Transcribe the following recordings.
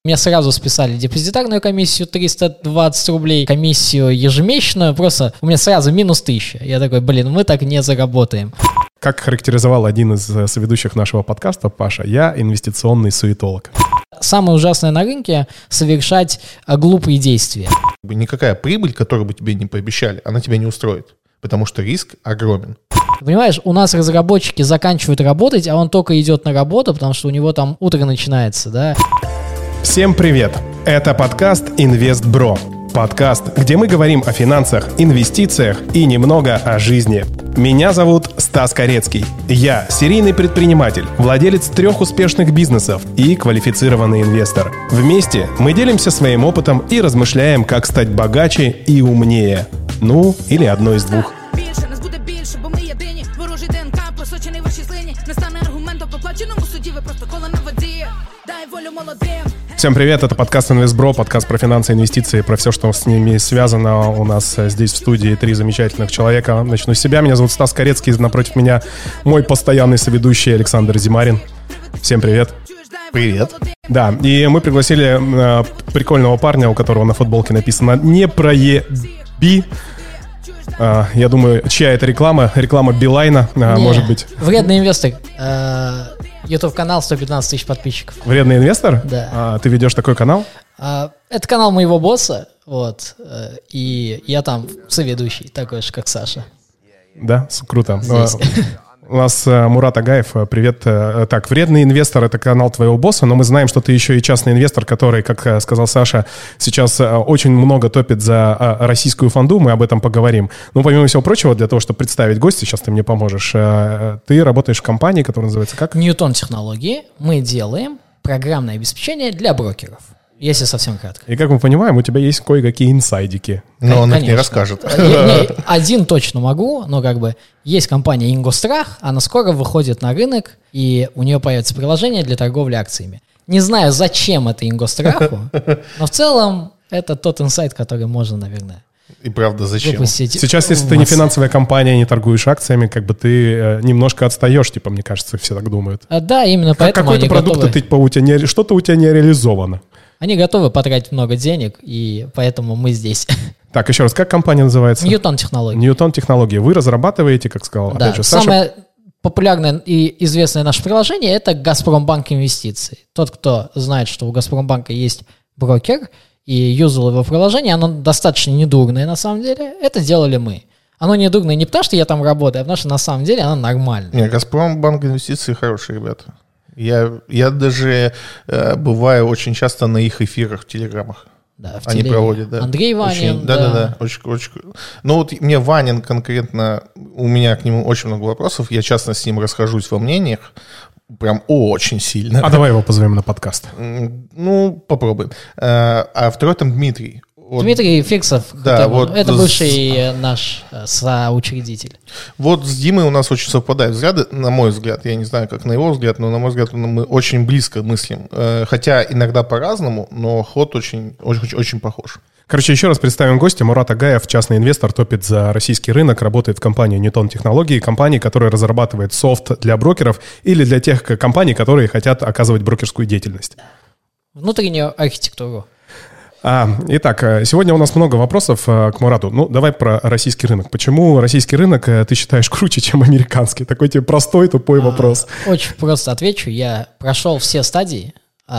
Мне сразу списали депозитарную комиссию 320 рублей, комиссию ежемесячную, просто у меня сразу минус 1000. Я такой, мы так не заработаем. Как характеризовал один из соведущих нашего подкаста, Паша, я инвестиционный суетолог. Самое ужасное на рынке — совершать глупые действия. Никакая прибыль, которую бы тебе не пообещали, она тебя не устроит, потому что риск огромен. Понимаешь, у нас разработчики заканчивают работать, а он только идет на работу, потому что у него там утро начинается, да. Всем привет! Это подкаст «Инвестбро». Подкаст, где мы говорим о финансах, инвестициях и немного о жизни. Меня зовут Стас Корецкий. Я серийный предприниматель, владелец 3 успешных бизнесов и квалифицированный инвестор. Вместе мы делимся своим опытом и размышляем, как стать богаче и умнее. Ну, или одно из двух. Всем привет, это подкаст «Инвестбро», подкаст про финансы, инвестиции, про все, что с ними связано. У нас здесь в студии 3 замечательных человека. Начну с себя. Меня зовут Стас Корецкий, напротив меня мой постоянный соведущий Александр Зимарин. Всем привет. Привет. Да, и мы пригласили прикольного парня, у которого на футболке написано «Не проеби». Я думаю, чья это реклама? Реклама Билайна, может быть. Вредный инвестор. YouTube-канал, 115 тысяч подписчиков. Вредный инвестор? Да. Ты ведешь такой канал? Это канал моего босса, и я там соведущий, такой же, как Саша. Да, круто. Здесь. У нас Мурат Агаев, привет. Так, «Вредный инвестор» — это канал твоего босса, но мы знаем, что ты еще и частный инвестор, который, как сказал Саша, сейчас очень много топит за российскую фонду, мы об этом поговорим. Но помимо всего прочего, для того, чтобы представить гостя, сейчас ты мне поможешь, ты работаешь в компании, которая называется как? Ньютон Технологии. Мы делаем программное обеспечение для брокеров. Если совсем кратко. И как мы понимаем, у тебя есть кое-какие инсайдики. Но он их не расскажет. Один точно могу, но есть компания Ингострах, она скоро выходит на рынок, и у нее появится приложение для торговли акциями. Не знаю, зачем это Ингостраху, но в целом это тот инсайт, который можно, наверное, и правда, зачем? выпустить. Сейчас, если ты не финансовая компания, не торгуешь акциями, ты немножко отстаешь, мне кажется, все так думают. Да, именно поэтому какой-то продукт, что-то у тебя не реализовано. Они готовы потратить много денег, и поэтому мы здесь. Так, еще раз, как компания называется? Ньютон Технологии. Ньютон Технологии. Вы разрабатываете, как сказал, да, опять же, Саша. Самое популярное и известное наше приложение — это Газпромбанк Инвестиции. Тот, кто знает, что у Газпромбанка есть брокер, и юзал его приложение, оно достаточно недурное на самом деле, это делали мы. Оно недурное не потому, что я там работаю, а потому что на самом деле оно нормальное. Нет, Газпромбанк Инвестиции хорошие ребята. Я даже бываю очень часто на их эфирах в телеграммах. Да, они проводят, да. Андрей Ванин. Да. Очень. Ну мне Ванин конкретно, у меня к нему очень много вопросов. Я часто с ним расхожусь во мнениях. Прям очень сильно. А давай его позовем на подкаст. Попробуем. А второй там Дмитрий. Дмитрий Фиксов, да, это бывший наш соучредитель. Вот с Димой у нас очень совпадают взгляды, на мой взгляд. Я не знаю, как на его взгляд, но на мой взгляд мы очень близко мыслим. Хотя иногда по-разному, но ход очень похож. Короче, еще раз представим гостя. Мурат Агаев, частный инвестор, топит за российский рынок, работает в компании Ньютон Технологии, компании, которая разрабатывает софт для брокеров или для тех компаний, которые хотят оказывать брокерскую деятельность. Внутреннюю архитектуру. Итак, сегодня у нас много вопросов к Мурату. Давай про российский рынок. Почему российский рынок ты считаешь круче, чем американский? Такой простой, тупой вопрос. Очень просто отвечу. Я прошел все стадии,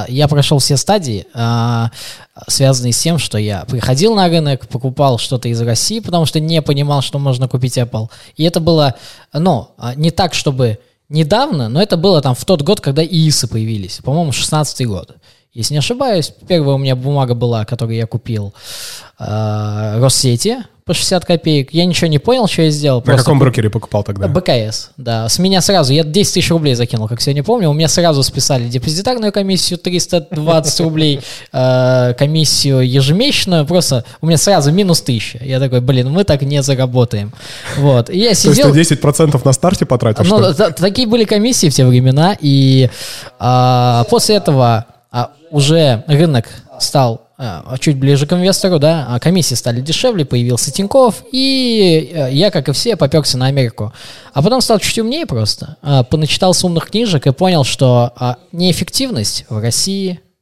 связанные с тем, что я приходил на рынок, покупал что-то из России, потому что не понимал, что можно купить Apple. И это было, не так, чтобы недавно, но это было в тот год, когда ИИСы появились. По-моему, 16-й год. Если не ошибаюсь, первая у меня бумага была, которую я купил Россети по 60 копеек. Я ничего не понял, что я сделал. На каком брокере покупал тогда? БКС, да. С меня сразу, я 10 тысяч рублей закинул, как сегодня помню. У меня сразу списали депозитарную комиссию 320 рублей, комиссию ежемесячную. Просто у меня сразу минус 1000. Я такой, мы так не заработаем. Вот. И я сидел... То есть ты 10% на старте потратил, что ли? Такие были комиссии в те времена. И после этого... уже рынок стал чуть ближе к инвестору, да, комиссии стали дешевле, появился Тинькофф, и я, как и все, попёрся на Америку. А потом стал чуть умнее просто, поначитался умных книжек и понял, что неэффективность в России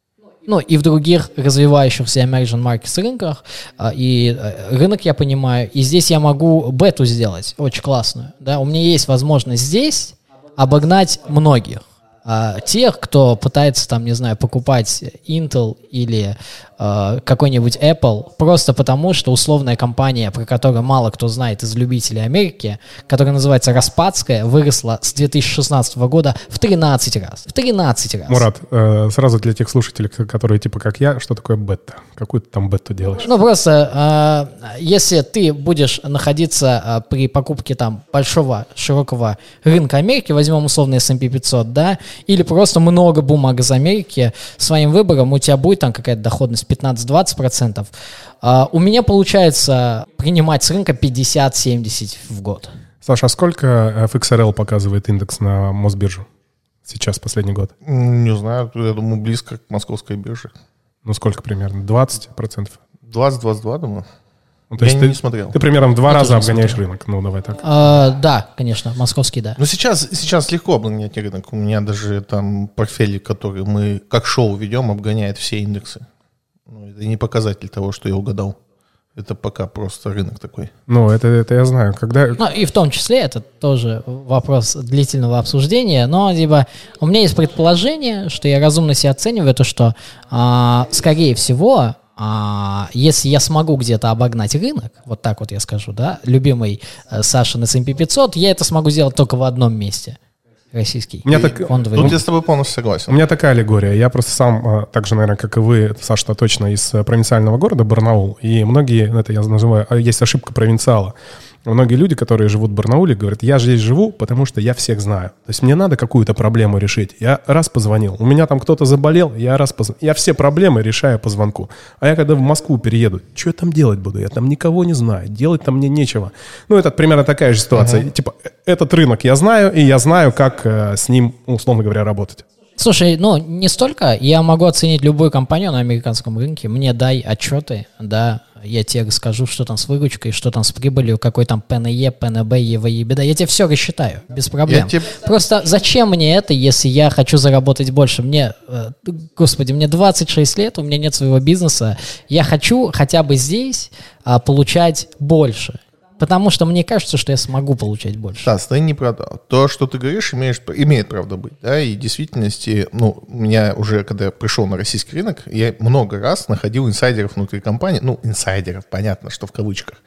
ну, и в других развивающихся emerging markets рынках, и рынок я понимаю, и здесь я могу бету сделать, очень классную, да, у меня есть возможность здесь обогнать многих. Тех, кто пытается, там, не знаю, покупать Intel или какой-нибудь Apple, просто потому, что условная компания, про которую мало кто знает из любителей Америки, которая называется Распадская, выросла с 2016 года в 13 раз. В 13 раз. Мурат, сразу для тех слушателей, которые типа как я, что такое бета? Какую ты там бету делаешь? Ну, просто, если ты будешь находиться при покупке там большого, широкого рынка Америки, возьмем условно S&P 500, да, или просто много бумаг из Америки, своим выбором у тебя будет там какая-то доходность 15-20%. У меня получается принимать с рынка 50-70 в год. Саша, а сколько FXRL показывает индекс на Мосбиржу сейчас, последний год? Не знаю, я думаю, близко к московской бирже. Ну, сколько примерно? 20%? 20-22, думаю. Ну, то есть не смотрел. Ты примерно в 2 раза обгоняешь рынок. Ну, давай так. Да, конечно, московский, да. Ну, сейчас легко обгонять рынок. У меня даже там портфели, которые мы как шоу ведем, обгоняет все индексы. Ну, это не показатель того, что я угадал. Это пока просто рынок такой. Ну, это я знаю. Когда... Ну, и в том числе это тоже вопрос длительного обсуждения, но либо у меня есть предположение, что я разумно себя оцениваю, то что, скорее всего, если я смогу где-то обогнать рынок, вот так вот я скажу, да, любимый Сашин S&P 500, я это смогу сделать только в одном месте. Российский фондовый. Тут я с тобой полностью согласен. У меня такая аллегория. Я просто сам, так же, наверное, как и вы, Саша, точно из провинциального города Барнаул. И многие, это я называю, есть ошибка провинциала. Многие люди, которые живут в Барнауле, говорят, я здесь живу, потому что я всех знаю. То есть мне надо какую-то проблему решить. Я раз позвонил. У меня там кто-то заболел, я раз позвонил. Я все проблемы решаю по звонку. А я когда в Москву перееду, что я там делать буду? Я там никого не знаю. Делать там мне нечего. Ну, это примерно такая же ситуация. Типа, этот рынок я знаю, и я знаю, как с ним, условно говоря, работать. Слушай, ну, не столько. Я могу оценить любую компанию на американском рынке. Мне дай отчеты, да, я тебе расскажу, что там с выручкой, что там с прибылью, какой там ПНЕ, ПНБ, ЕВ, ЕБИТДА. Я тебе все рассчитаю, без проблем. Просто зачем мне это, если я хочу заработать больше? Мне, господи, мне 26 лет, у меня нет своего бизнеса. Я хочу хотя бы здесь получать больше. Потому что мне кажется, что я смогу получать больше. Стас, ты не продал. То, что ты говоришь, имеет правда быть. Да? И в действительности, ну, у меня уже, когда я пришел на российский рынок, я много раз находил инсайдеров внутри компании. Ну, инсайдеров, понятно, что в кавычках.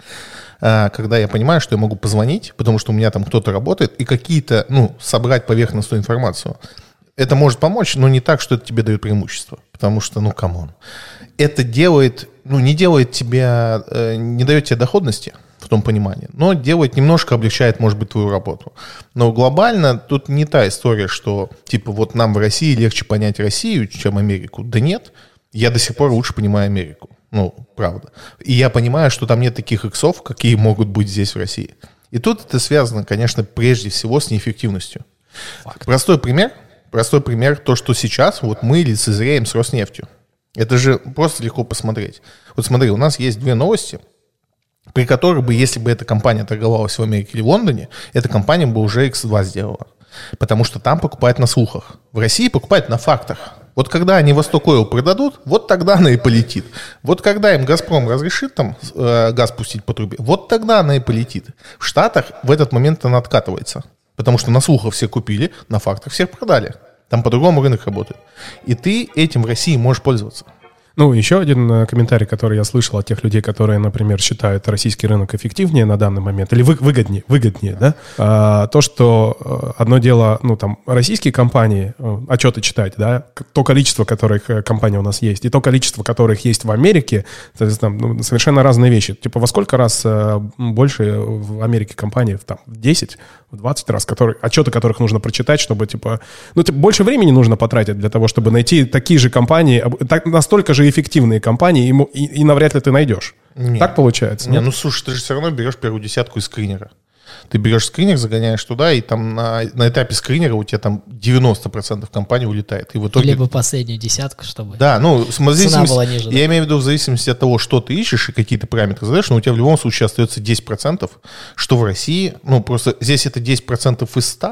Когда я понимаю, что я могу позвонить, потому что у меня там кто-то работает, и какие-то, ну, собрать поверхностную информацию. Это может помочь, но не так, что это тебе дает преимущество. Потому что, ну, камон. Это делает, ну, не делает тебя, не дает тебе доходности, в том понимании, но делает, немножко облегчает, может быть, твою работу. Но глобально тут не та история, что, типа, вот нам в России легче понять Россию, чем Америку. Да нет, я до сих пор лучше понимаю Америку. Ну, правда. И я понимаю, что там нет таких иксов, какие могут быть здесь, в России. И тут это связано, конечно, прежде всего с неэффективностью. Факт. Простой пример, то, что сейчас вот мы лицезреем с Роснефтью. Это же просто легко посмотреть. Вот смотри, у нас есть две новости, при которых бы, если бы эта компания торговалась в Америке или в Лондоне, эта компания бы уже X2 сделала. Потому что там покупают на слухах. В России покупают на фактах. Вот когда они Восток Ойл продадут, вот тогда она и полетит. Вот когда им Газпром разрешит там газ пустить по трубе, вот тогда она и полетит. В Штатах в этот момент она откатывается. Потому что на слухах все купили, на фактах всех продали. Там по-другому рынок работает. И ты этим в России можешь пользоваться. Ну, еще один комментарий, который я слышал от тех людей, которые, например, считают российский рынок эффективнее на данный момент, или выгоднее, да, то, что одно дело, ну, там, российские компании, отчеты читать, да, то количество, которых компаний у нас есть, и то количество, которых есть в Америке, то есть, там, ну, совершенно разные вещи. Типа, во сколько раз больше в Америке компаний, там, в 10, в 20 раз, отчеты которых нужно прочитать, чтобы, типа, ну, типа, больше времени нужно потратить для того, чтобы найти такие же компании, настолько же эффективные компании, и навряд ли ты найдешь. Нет. Так получается? Не, ну слушай, ты же все равно берешь первую десятку из скринера. Ты берешь скринер, загоняешь туда, и там на этапе скринера у тебя там 90% компаний улетает. И в итоге... Либо последнюю десятку, чтобы да, ну, цена была ниже. Я имею в виду в зависимости от того, что ты ищешь и какие ты параметры задаешь, но у тебя в любом случае остается 10%, что в России, ну, просто здесь это 10% из 100,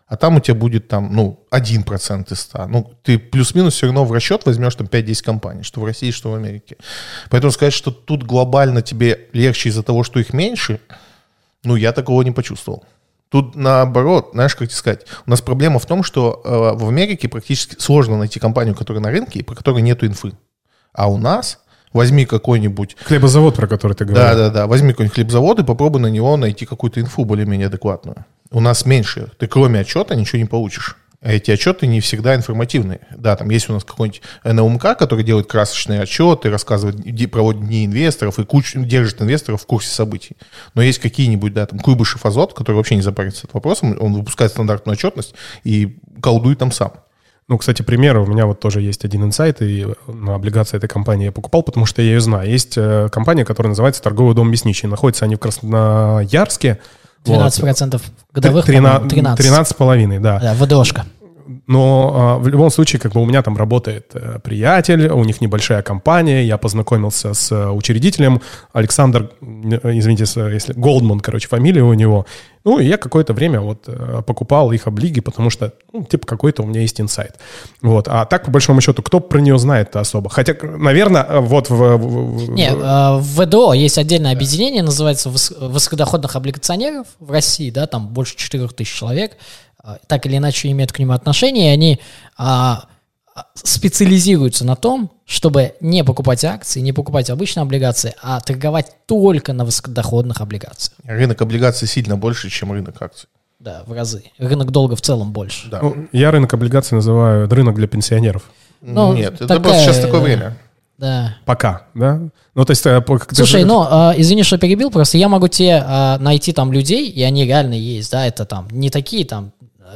а там у тебя будет там, 1% из 100. Ты плюс-минус все равно в расчет возьмешь там 5-10 компаний, что в России, что в Америке. Поэтому сказать, что тут глобально тебе легче из-за того, что их меньше, я такого не почувствовал. Тут наоборот, знаешь, как тебе сказать, у нас проблема в том, что в Америке практически сложно найти компанию, которая на рынке, и про которой нету инфы. А у нас возьми какой-нибудь... Хлебозавод, про который ты говорил. Да. Возьми какой-нибудь хлебзавод и попробуй на него найти какую-то инфу более-менее адекватную. У нас меньше. Ты кроме отчета ничего не получишь. А эти отчеты не всегда информативные. Да, там есть у нас какой-нибудь НЛМК, который делает красочные отчеты, рассказывает, проводит дни инвесторов и держит инвесторов в курсе событий. Но есть какие-нибудь, там, Куйбышев Азот, который вообще не запарится этим вопросом, он выпускает стандартную отчетность и колдует там сам. Кстати, пример, у меня вот тоже есть один инсайт, и на облигации этой компании я покупал, потому что я ее знаю. Есть компания, которая называется «Торговый дом Мясничий». Находятся они в Красноярске. 12% годовых, 13,5%, да. Да, ВДОшка. Но в любом случае, у меня там работает приятель, у них небольшая компания, я познакомился с учредителем, Александр, извините, если Голдман, фамилия у него. И я какое-то время покупал их облиги, потому что, какой-то у меня есть инсайт. А так, по большому счету, кто про нее знает-то особо? Хотя, наверное, в ВДО есть отдельное объединение, называется высокодоходных облигационеров в России, да, там больше 4000 человек, так или иначе имеют к нему отношение, и они специализируются на том, чтобы не покупать акции, не покупать обычные облигации, а торговать только на высокодоходных облигациях. Рынок облигаций сильно больше, чем рынок акций. Да, в разы. Рынок долга в целом больше. Да. Я рынок облигаций называю рынок для пенсионеров. Нет, это просто сейчас такое время. Да. Пока, да? Слушай, извини, что перебил, просто я могу тебе найти там людей, и они реально есть, да, это там не такие там,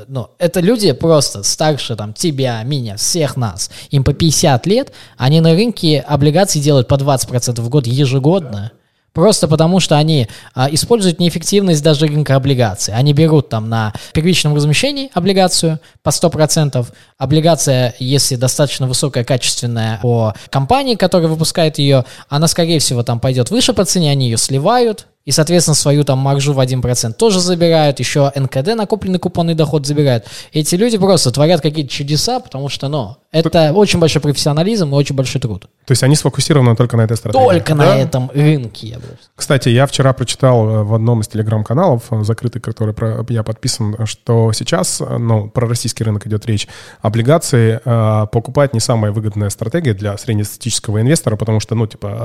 это люди просто старше там тебя, меня, всех нас. Им по 50 лет, они на рынке облигаций делают по 20% в год ежегодно. Просто потому, что они используют неэффективность даже рынка облигаций. Они берут там на первичном размещении облигацию по 100%. Облигация, если достаточно высокая, качественная по компании, которая выпускает ее, она, скорее всего, там пойдет выше по цене, они ее сливают. И, соответственно, свою там маржу в 1% тоже забирают, еще НКД, накопленный купонный доход, забирают. Эти люди просто творят какие-то чудеса, потому что, это очень большой профессионализм и очень большой труд. То есть они сфокусированы только на этой стратегии? Только на этом рынке, я бы сказал. Кстати, я вчера прочитал в одном из телеграм-каналов, закрытый, который я подписан, что сейчас, про российский рынок идет речь, облигации покупать не самая выгодная стратегия для среднестатистического инвестора, потому что,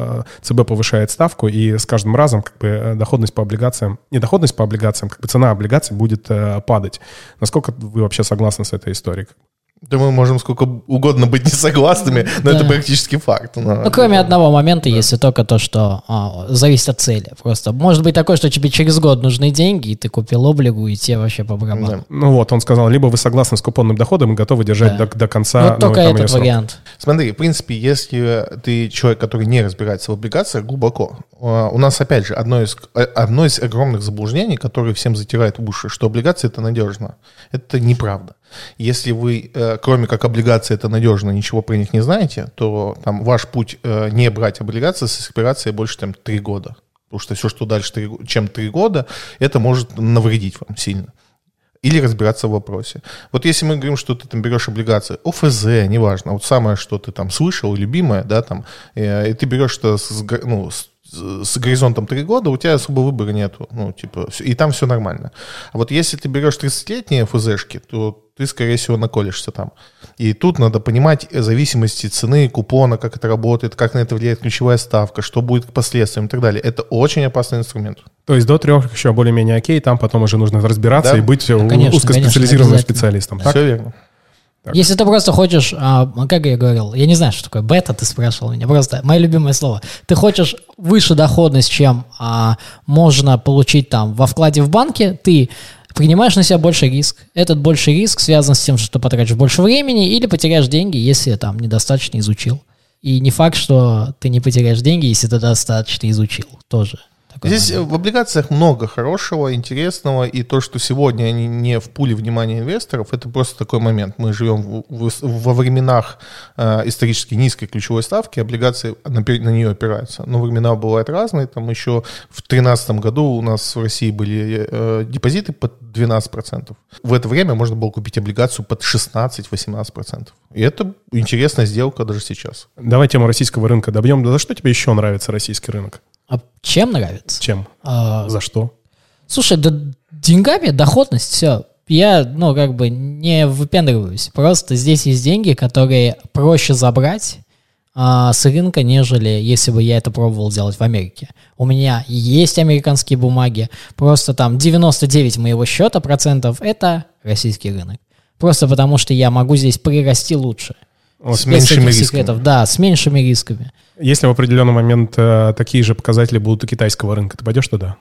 ЦБ повышает ставку, и с каждым разом, доходность по облигациям, не доходность по облигациям, цена облигаций будет падать. Насколько вы вообще согласны с этой историей? Да мы можем сколько угодно быть не согласными, но это практически факт. Кроме одного момента, если только то, что зависит от цели. Просто может быть такое, что тебе через год нужны деньги, и ты купил облигу, и тебе вообще по барабану. Он сказал, либо вы согласны с купонным доходом и готовы держать до конца. Только этот вариант. Смотри, в принципе, если ты человек, который не разбирается в облигациях глубоко, у нас, опять же, одно из огромных заблуждений, которое всем затирает в уши, что облигации — это надежно. Это неправда. Если вы, кроме как облигации это надежно, ничего про них не знаете, то там ваш путь не брать облигации с экспирацией больше, 3 года. Потому что все, что дальше, чем 3 года, это может навредить вам сильно. Или разбираться в вопросе. Вот если мы говорим, что ты там берешь облигации, ОФЗ, неважно, самое, что ты там слышал, любимое, да, там, и ты берешь что с горизонтом 3 года, у тебя особо выбора нету, и там все нормально. А вот если ты берешь 30-летние ФЗшки, то ты, скорее всего, наколешься там. И тут надо понимать зависимости цены, купона, как это работает, как на это влияет ключевая ставка, что будет к последствиям и так далее. Это очень опасный инструмент. То есть до 3 еще более-менее окей, там потом уже нужно разбираться и быть узкоспециализированным специалистом. Так? Все верно. Так. Если ты просто хочешь, как я говорил, я не знаю, что такое бета, ты спрашивал меня, просто мое любимое слово. Ты хочешь выше доходность, чем можно получить там во вкладе в банке, ты принимаешь на себя больше риск. Этот больший риск связан с тем, что ты потратишь больше времени или потеряешь деньги, если там недостаточно изучил. И не факт, что ты не потеряешь деньги, если ты достаточно изучил тоже. Здесь в облигациях много хорошего, интересного, и то, что сегодня они не в пуле внимания инвесторов, это просто такой момент. Мы живем во временах исторически низкой ключевой ставки, облигации на нее опираются. Но времена бывают разные. Там еще в 2013 году у нас в России были депозиты под 12%. В это время можно было купить облигацию под 16-18%. И это интересная сделка даже сейчас. Давай тему российского рынка добьем. За что тебе еще нравится российский рынок? А чем нравится? Чем? За что? Слушай, да деньгами, доходность, все. Я, не выпендриваюсь. Просто здесь есть деньги, которые проще забрать с рынка, нежели если бы я это пробовал делать в Америке. У меня есть американские бумаги, просто там 99 моего счета процентов — это российский рынок. Просто потому, что я могу здесь прирасти лучше. С меньшими рисками. Да, с меньшими рисками. Если в определенный момент такие же показатели будут у китайского рынка, ты пойдешь туда?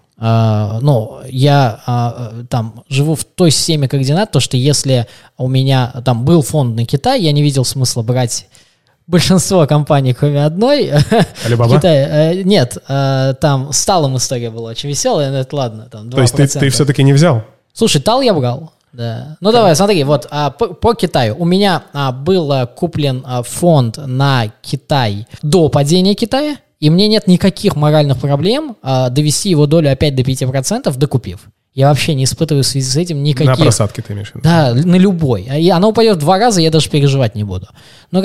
Я там живу в той системе координат, то что если у меня там был фонд на Китай, я не видел смысла брать большинство компаний, кроме одной. Alibaba? Нет, там с Талом история была очень веселая, но это ладно. Там 2%. То есть ты все-таки не взял? Слушай, Тал я брал. Да. Давай, смотри, вот по Китаю. У меня был куплен фонд на Китай до падения Китая, и мне нет никаких моральных проблем довести его долю опять до 5%, докупив. Я вообще не испытываю в связи с этим никаких... На просадке ты имеешь в виду? Да, на любой. И оно упадет в 2 раза, я даже переживать не буду. У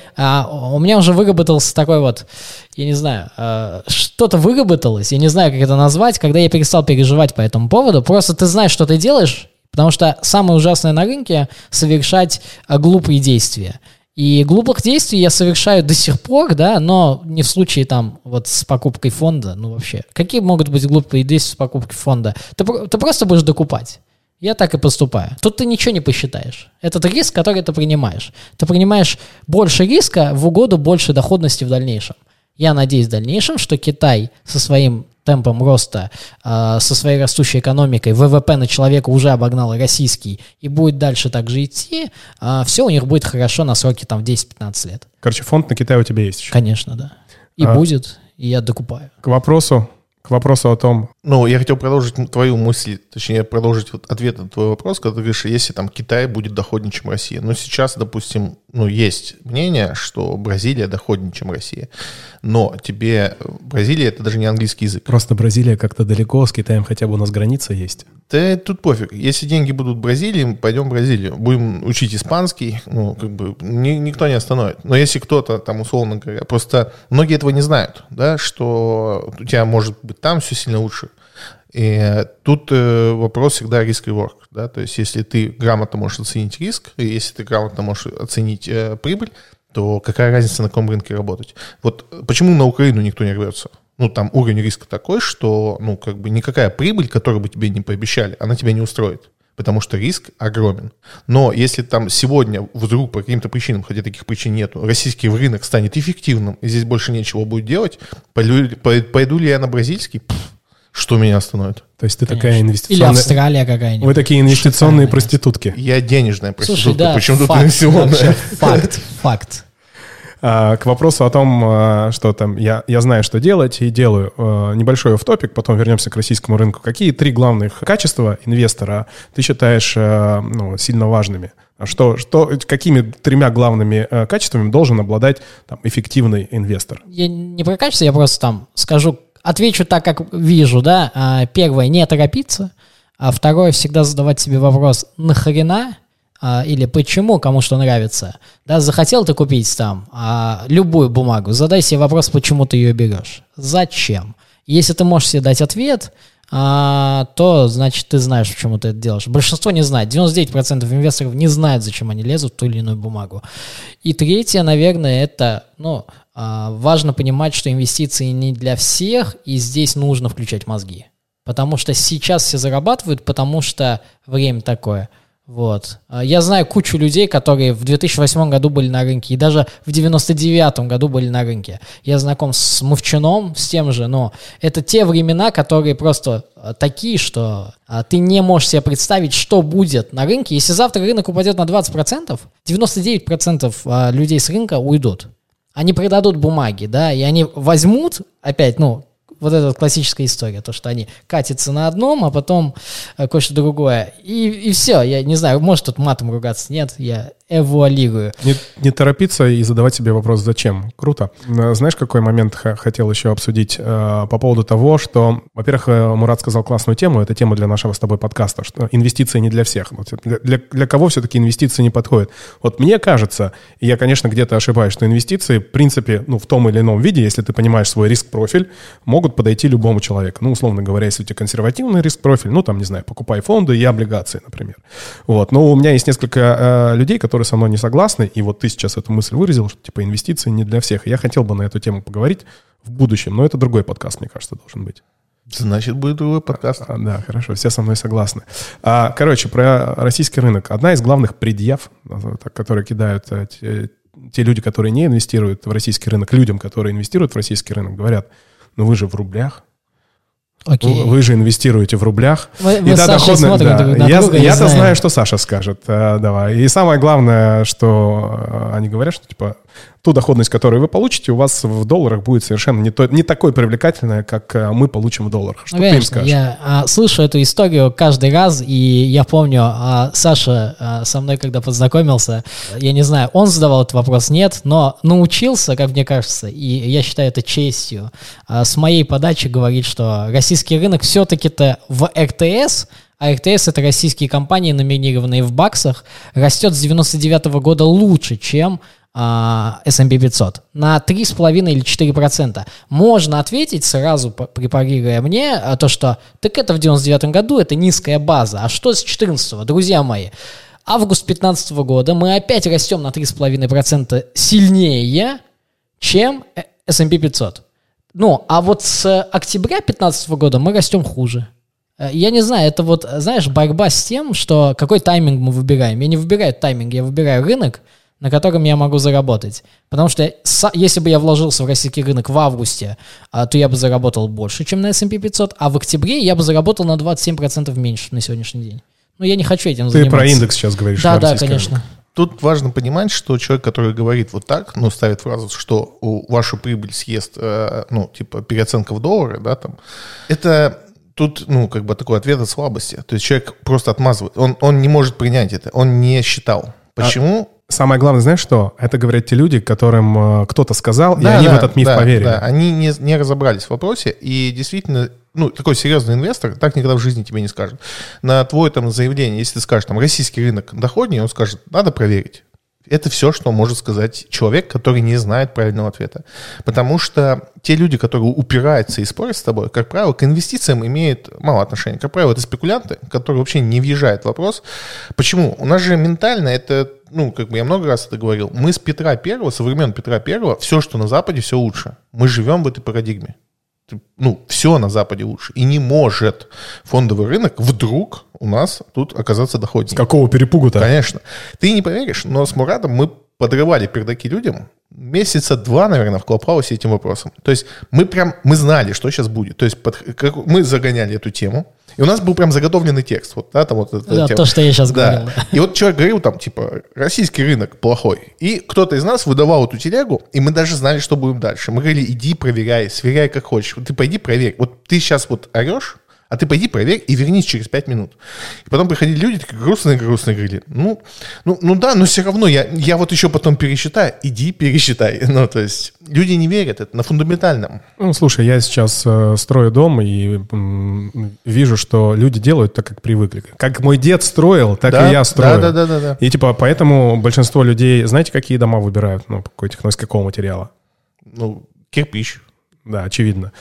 меня уже выработался такой вот, я не знаю, что-то выработалось, я не знаю, как это назвать, когда я перестал переживать по этому поводу. Просто ты знаешь, что ты делаешь, потому что самое ужасное на рынке — совершать глупые действия. И глупых действий я совершаю до сих пор, да, но не в случае там вот с покупкой фонда, вообще. Какие могут быть глупые действия с покупкой фонда? Ты просто будешь докупать. Я так и поступаю. Тут ты ничего не посчитаешь. Это риск, который ты принимаешь. Ты принимаешь больше риска в угоду большей доходности в дальнейшем. Я надеюсь в дальнейшем, что Китай со своим темпом роста, со своей растущей экономикой, ВВП на человека уже обогнал российский и будет дальше так же идти, все у них будет хорошо на сроке там в 10-15 лет. Короче, фонд на Китай у тебя есть еще? Конечно, да. И будет, и я докупаю. К вопросу о том... Я хотел продолжить твою мысль, точнее, продолжить ответ на твой вопрос, когда ты говоришь, если там Китай будет доходнее, чем Россия. Но сейчас, допустим, есть мнение, что Бразилия доходнее, чем Россия. Но Бразилия — это даже не английский язык. Просто Бразилия как-то далеко, с Китаем хотя бы у нас граница есть. Да тут пофиг. Если деньги будут в Бразилии, мы пойдем в Бразилию. Будем учить испанский, никто не остановит. Но если кто-то там, условно говоря, просто многие этого не знают, да, что у тебя может быть там все сильно лучше. И тут вопрос всегда risk-reward, да, то есть если ты грамотно можешь оценить риск, и если ты грамотно можешь оценить прибыль, то какая разница, на каком рынке работать? Вот почему на Украину никто не рвется? Там уровень риска такой, что, никакая прибыль, которую бы тебе не пообещали, она тебя не устроит, потому что риск огромен. Но если там сегодня вдруг по каким-то причинам, хотя таких причин нету, российский рынок станет эффективным, и здесь больше нечего будет делать, пойду ли я на бразильский? Что меня остановит? То есть ты такая инвестиционная... Или Австралия какая-нибудь. Вы такие инвестиционные проститутки. Я денежная проститутка. Слушай, да, почему тут инвестиционная? Факт. К вопросу о том, что там я знаю, что делать, и делаю. Небольшой офф-топик, потом вернемся к российскому рынку. Какие 3 главных качества инвестора ты считаешь сильно важными? Какими 3 главными качествами должен обладать эффективный инвестор? Я не про качество, я просто скажу, отвечу так, как вижу, да. Первое — не торопиться. А второе — всегда задавать себе вопрос: нахрена или почему, кому что нравится. Да, захотел ты купить там любую бумагу, задай себе вопрос, почему ты ее берешь. Зачем? Если ты можешь себе дать ответ, то, значит, ты знаешь, почему ты это делаешь. Большинство не знает. 99% инвесторов не знают, зачем они лезут в ту или иную бумагу. И третье, наверное, это, важно понимать, что инвестиции не для всех, и здесь нужно включать мозги. Потому что сейчас все зарабатывают, потому что время такое. Вот. Я знаю кучу людей, которые в 2008 году были на рынке, и даже в 99 году были на рынке. Я знаком с Мовчаном, с тем же, но это те времена, которые просто такие, что ты не можешь себе представить, что будет на рынке. Если завтра рынок упадет на 20%, 99% людей с рынка уйдут. Они продадут бумаги, да, и они возьмут опять, Вот это вот классическая история, то, что они катятся на одном, а потом кое-что другое. И все, я не знаю, может тут матом ругаться, нет, я эвуалирую. Не торопиться и задавать себе вопрос, зачем. Круто. Знаешь, какой момент хотел еще обсудить по поводу того, что, во-первых, Мурат сказал классную тему, это тема для нашего с тобой подкаста, что инвестиции не для всех. Для кого все-таки инвестиции не подходят? Вот мне кажется, и я, конечно, где-то ошибаюсь, что инвестиции, в принципе, в том или ином виде, если ты понимаешь свой риск-профиль, могут подойти любому человеку. Условно говоря, если у тебя консервативный риск-профиль, не знаю, покупай фонды и облигации, например. Вот. Но у меня есть несколько людей, которые со мной не согласны, и вот ты сейчас эту мысль выразил, что типа инвестиции не для всех. Я хотел бы на эту тему поговорить в будущем, но это другой подкаст, мне кажется, должен быть. Значит, будет другой подкаст. Да, хорошо, все со мной согласны. Короче, про российский рынок. Одна из главных предъяв, которые кидают те люди, которые не инвестируют в российский рынок, людям, которые инвестируют в российский рынок, говорят, вы же в рублях. Окей. Вы же инвестируете в рублях. Мы с Сашей смотрим друг на друга. Я-то знаю, что Саша скажет. Давай. И самое главное, что они говорят, что типа ту доходность, которую вы получите, у вас в долларах будет совершенно не такой привлекательная, как мы получим в долларах. Что ты им скажешь? Я слышу эту историю каждый раз, и я помню, Саша со мной, когда познакомился, я не знаю, он задавал этот вопрос, нет, но научился, как мне кажется, и я считаю это честью, с моей подачи говорить, что российский рынок все-таки-то в РТС, а РТС — это российские компании, номинированные в баксах, растет с 99-го года лучше, чем S&P 500 на 3,5 или 4%. Можно ответить сразу, препарируя мне, то, что так это в 99-м году, это низкая база. А что с 14-го, друзья мои? Август 2015 года мы опять растем на 3,5% сильнее, чем S&P 500. А вот с октября 2015 года мы растем хуже. Я не знаю, это вот, знаешь, борьба с тем, что какой тайминг мы выбираем. Я не выбираю тайминг, я выбираю рынок, на котором я могу заработать. Потому что если бы я вложился в российский рынок в августе, то я бы заработал больше, чем на S&P 500, а в октябре я бы заработал на 27% меньше на сегодняшний день. Я не хочу этим заниматься. Ты про индекс сейчас говоришь. Да, конечно. Рынок. Тут важно понимать, что человек, который говорит вот так, ставит фразу, что вашу прибыль съест, переоценка в доллары, да, там, это... Тут, такой ответ от слабости. То есть человек просто отмазывает. Он не может принять это. Он не считал. Почему? Самое главное, знаешь что? Это говорят те люди, которым кто-то сказал, и они в этот миф поверили. Да, они не разобрались в вопросе. И действительно, такой серьезный инвестор так никогда в жизни тебе не скажет. На твое заявление, если ты скажешь, российский рынок доходнее, он скажет, надо проверить. Это все, что может сказать человек, который не знает правильного ответа. Потому что те люди, которые упираются и спорят с тобой, как правило, к инвестициям имеют мало отношения. Как правило, это спекулянты, которые вообще не въезжают в вопрос. Почему? У нас же ментально это, я много раз это говорил, мы с Петра Первого, со времен Петра Первого, все, что на Западе, все лучше. Мы живем в этой парадигме. Все на Западе лучше. И не может фондовый рынок вдруг у нас тут оказаться доходнее. С какого перепугу-то? Конечно. Ты не поверишь, но с Муратом мы подрывали пердаки людям месяца 2, наверное, в Клабхаусе этим вопросом. То есть мы знали, что сейчас будет. То есть мы загоняли эту тему, и у нас был прям заготовленный текст. То, что я сейчас говорил. И вот человек говорил российский рынок плохой. И кто-то из нас выдавал эту телегу, и мы даже знали, что будем дальше. Мы говорили, иди проверяй, сверяй как хочешь. Ты пойди проверь. Вот ты сейчас орешь, а ты пойди проверь и вернись через 5 минут. И потом приходили люди, такие грустные, говорили, да, но все равно я вот еще потом пересчитаю. Иди пересчитай. То есть люди не верят, это на фундаментальном. Слушай, я сейчас строю дом и вижу, что люди делают так, как привыкли. Как мой дед строил, так и я строю. Да. И поэтому большинство людей, знаете, какие дома выбирают? Из какого материала? Кирпич. Да, очевидно.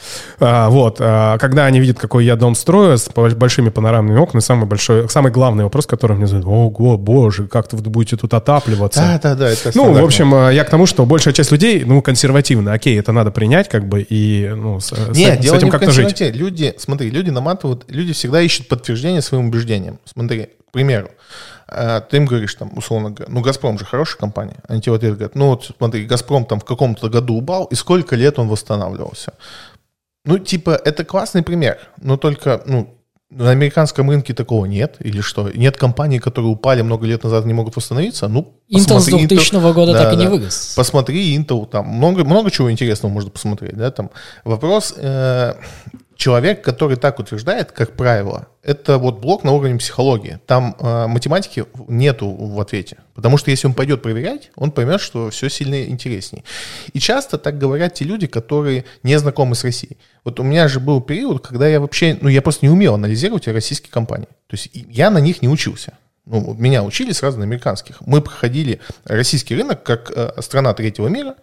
Когда они видят, какой я дом строю с большими панорамными окнами, самый главный вопрос, который мне задают: ого, боже, как вы будете тут отапливаться? Да, это в общем, я к тому, что большая часть людей, консервативны. Окей, это надо принять, и с этим как-то жить. Люди наматывают, люди всегда ищут подтверждение своим убеждениям. Смотри, к примеру, ты им говоришь, условно говоря, «Газпром» же хорошая компания. Они тебе в ответ говорят, смотри, «Газпром» в каком-то году упал, и сколько лет он восстанавливался. Это классный пример, но только, на американском рынке такого нет, или что? Нет компаний, которые упали много лет назад и не могут восстановиться? Ну, Intel с 2000 года так и не вырос. Посмотри Intel, там много чего интересного можно посмотреть, да, там. Вопрос, человек, который так утверждает, как правило, это вот блок на уровне психологии. Там математики нету в ответе. Потому что если он пойдет проверять, он поймет, что все сильно интереснее. И часто так говорят те люди, которые не знакомы с Россией. Вот у меня же был период, когда я вообще, я просто не умел анализировать российские компании. То есть я на них не учился. Меня учили сразу на американских. Мы проходили российский рынок как страна третьего мира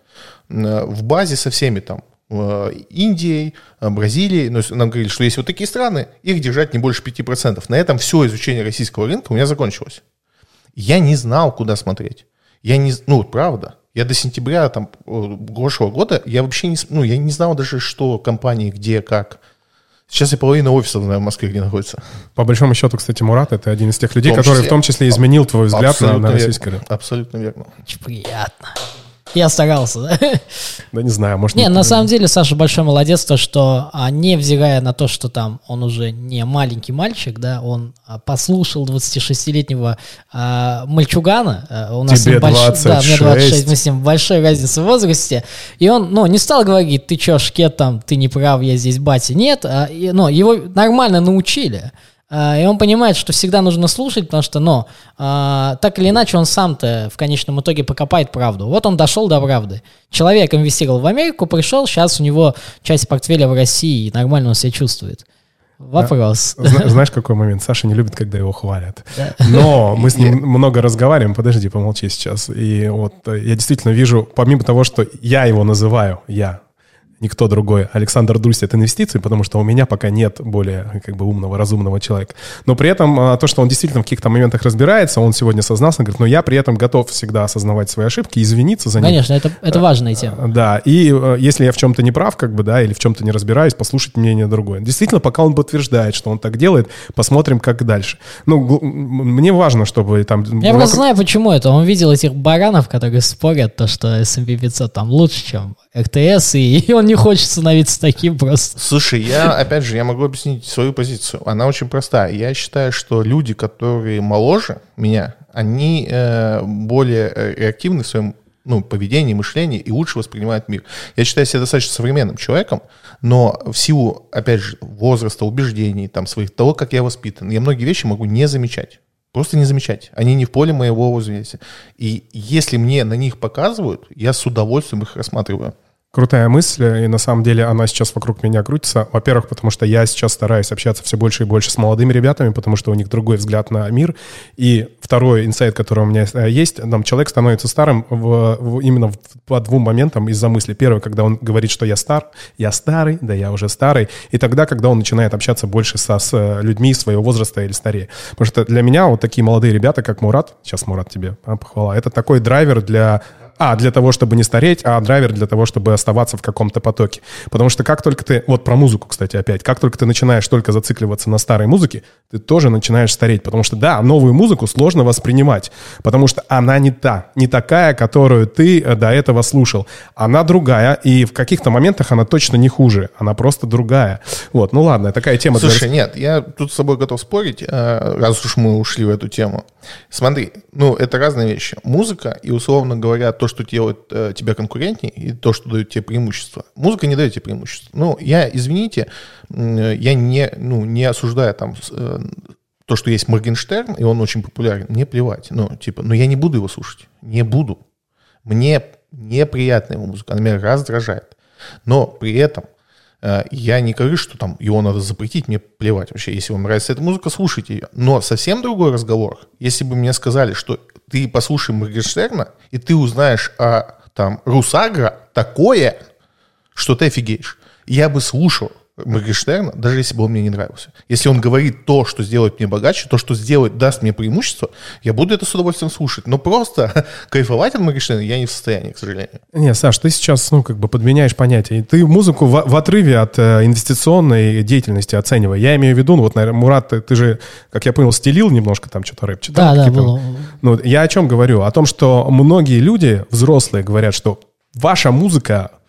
в базе со всеми там Индией, Бразилией. Но нам говорили, что есть вот такие страны, их держать не больше 5%. На этом все изучение российского рынка у меня закончилось. Я не знал, куда смотреть. Правда. Я до сентября прошлого года, я вообще я не знал даже, что компании, где, как. Сейчас я половину офисов знаю в Москве, где находится. По большому счету, кстати, Мурат — это один из тех людей, который в том числе изменил твой взгляд на российский рынок. Абсолютно верно. Очень приятно. Я старался, да? Да не знаю, может... Не, на самом деле Саша большой молодец, то, что, невзирая на то, что там он уже не маленький мальчик, да, он послушал 26-летнего мальчугана. У нас тебе 26. Да, мне 26, мы с ним большая разница в возрасте. И он, не стал говорить, ты чё, шкет там, ты не прав, я здесь батя. Нет, его нормально научили. И он понимает, что всегда нужно слушать, потому что, так или иначе, он сам-то в конечном итоге покопает правду. Вот он дошел до правды. Человек инвестировал в Америку, пришел, сейчас у него часть портфеля в России, и нормально он себя чувствует. Вопрос. Знаешь, какой момент? Саша не любит, когда его хвалят. Но мы с ним много разговариваем. Подожди, помолчи сейчас. И вот я действительно вижу, помимо того, что я его называю, никто другой, Александр Дульс — это инвестиции, потому что у меня пока нет более умного, разумного человека. Но при этом то, что он действительно в каких-то моментах разбирается, он сегодня сознался, говорит, но я при этом готов всегда осознавать свои ошибки, извиниться за них. Конечно, это важная тема. Да, и если я в чем-то не прав, или в чем-то не разбираюсь, послушать мнение другое. Действительно, пока он подтверждает, что он так делает, посмотрим, как дальше. Мне важно, чтобы там... Я просто знаю, почему это. Он видел этих баранов, которые спорят, то, что S&P 500 там лучше, чем РТС, и он не хочет становиться таким просто. Слушай, я могу объяснить свою позицию. Она очень простая. Я считаю, что люди, которые моложе меня, они более реактивны в своем поведении, мышлении и лучше воспринимают мир. Я считаю себя достаточно современным человеком, но в силу, опять же, возраста, убеждений, того, как я воспитан, я многие вещи могу не замечать. Просто не замечать. Они не в поле моего восприятия. И если мне на них показывают, я с удовольствием их рассматриваю. Крутая мысль, и на самом деле она сейчас вокруг меня крутится. Во-первых, потому что я сейчас стараюсь общаться все больше и больше с молодыми ребятами, потому что у них другой взгляд на мир. И второй инсайт, который у меня есть, человек становится старым именно по двум моментам из-за мысли. Первый, когда он говорит, что я старый, да я уже старый. И тогда, когда он начинает общаться больше с людьми своего возраста или старее. Потому что для меня вот такие молодые ребята, как Мурат, сейчас, Мурат, тебе похвала, это такой драйвер для того, чтобы не стареть, драйвер для того, чтобы оставаться в каком-то потоке. Потому что как только ты, вот про музыку, кстати, опять, как только ты начинаешь только зацикливаться на старой музыке, ты тоже начинаешь стареть. Потому что, новую музыку сложно воспринимать, потому что она не такая, которую ты до этого слушал. Она другая, и в каких-то моментах она точно не хуже, она просто другая. Вот, ладно, такая тема. Слушай, нет, я тут с тобой готов спорить, раз уж мы ушли в эту тему. Смотри, это разные вещи. Музыка и, условно говоря, то, что делает тебя конкурентнее, и то, что дает тебе преимущество. Музыка не дает тебе преимущество. Извините, я не осуждаю то, что есть Моргенштерн, и он очень популярен. Мне плевать. Но я не буду его слушать. Не буду. Мне неприятна его музыка, она меня раздражает. Но при этом я не говорю, что его надо запретить, мне плевать вообще. Если вам нравится эта музыка, слушайте ее. Но совсем другой разговор. Если бы мне сказали, что ты послушай Моргенштерна, и ты узнаешь о Русагра такое, что ты офигеешь. Я бы слушал Моргенштерна, даже если бы он мне не нравился. Если он говорит то, что сделает мне богаче, то, что даст мне преимущество, я буду это с удовольствием слушать. Но просто кайфовать от Моргенштерна я не в состоянии, к сожалению. Не, Саш, ты сейчас, подменяешь понятие. Ты музыку в отрыве от инвестиционной деятельности оценивай. Я имею в виду, наверное, Мурат, ты же, как я понял, стелил немножко что-то рэп читал. Да, было. Я о чем говорю? О том, что многие люди, взрослые, говорят, что ваша музыка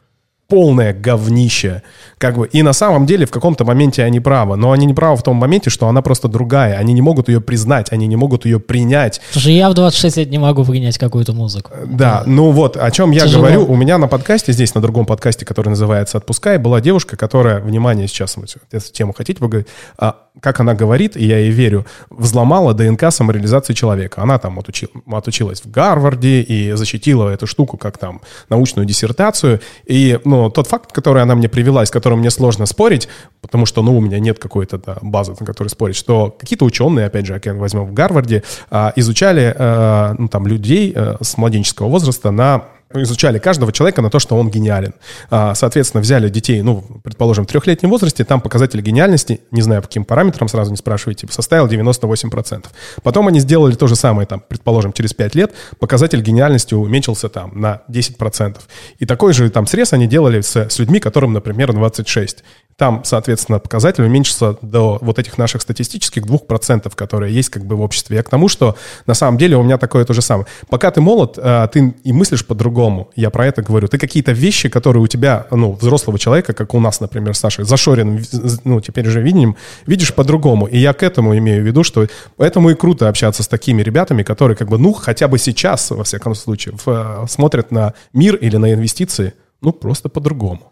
полное говнище. Как бы. И на самом деле в каком-то моменте они правы. Но они не правы в том моменте, что она просто другая. Они не могут ее признать, они не могут ее принять. Слушай, я в 26 лет не могу принять какую-то музыку. Да, ну вот о чем я Тяжело. говорю. У меня на подкасте, здесь на другом подкасте, который называется «Отпускай», была девушка, которая, внимание, сейчас мы эту тему хотите поговорить, как она говорит, и я ей верю, взломала ДНК самореализации человека. Она там отучилась в Гарварде и защитила эту штуку как там научную диссертацию. И тот факт, который она мне привела, с которым мне сложно спорить, потому что у меня нет какой-то базы, на которой спорить, что какие-то ученые, опять же, возьмем в Гарварде, изучали людей с младенческого возраста изучали каждого человека на то, что он гениален. Соответственно, взяли детей, предположим, в 3-летнем возрасте, там показатель гениальности, не знаю, по каким параметрам, сразу не спрашивайте, составил 98%. Потом они сделали то же самое, предположим, через 5 лет показатель гениальности уменьшился на 10%. И такой же срез они делали с людьми, которым, например, 26. Там, соответственно, показатель уменьшился до вот этих наших статистических 2%, которые есть в обществе. Я к тому, что на самом деле у меня такое то же самое. Пока ты молод, ты и мыслишь по-другому. Я про это говорю. Ты какие-то вещи, которые у тебя, взрослого человека, как у нас, например, с Сашей, зашоренным, теперь уже видением, видишь по-другому. И я к этому имею в виду, что поэтому и круто общаться с такими ребятами, которые хотя бы сейчас, во всяком случае, смотрят на мир или на инвестиции, просто по-другому.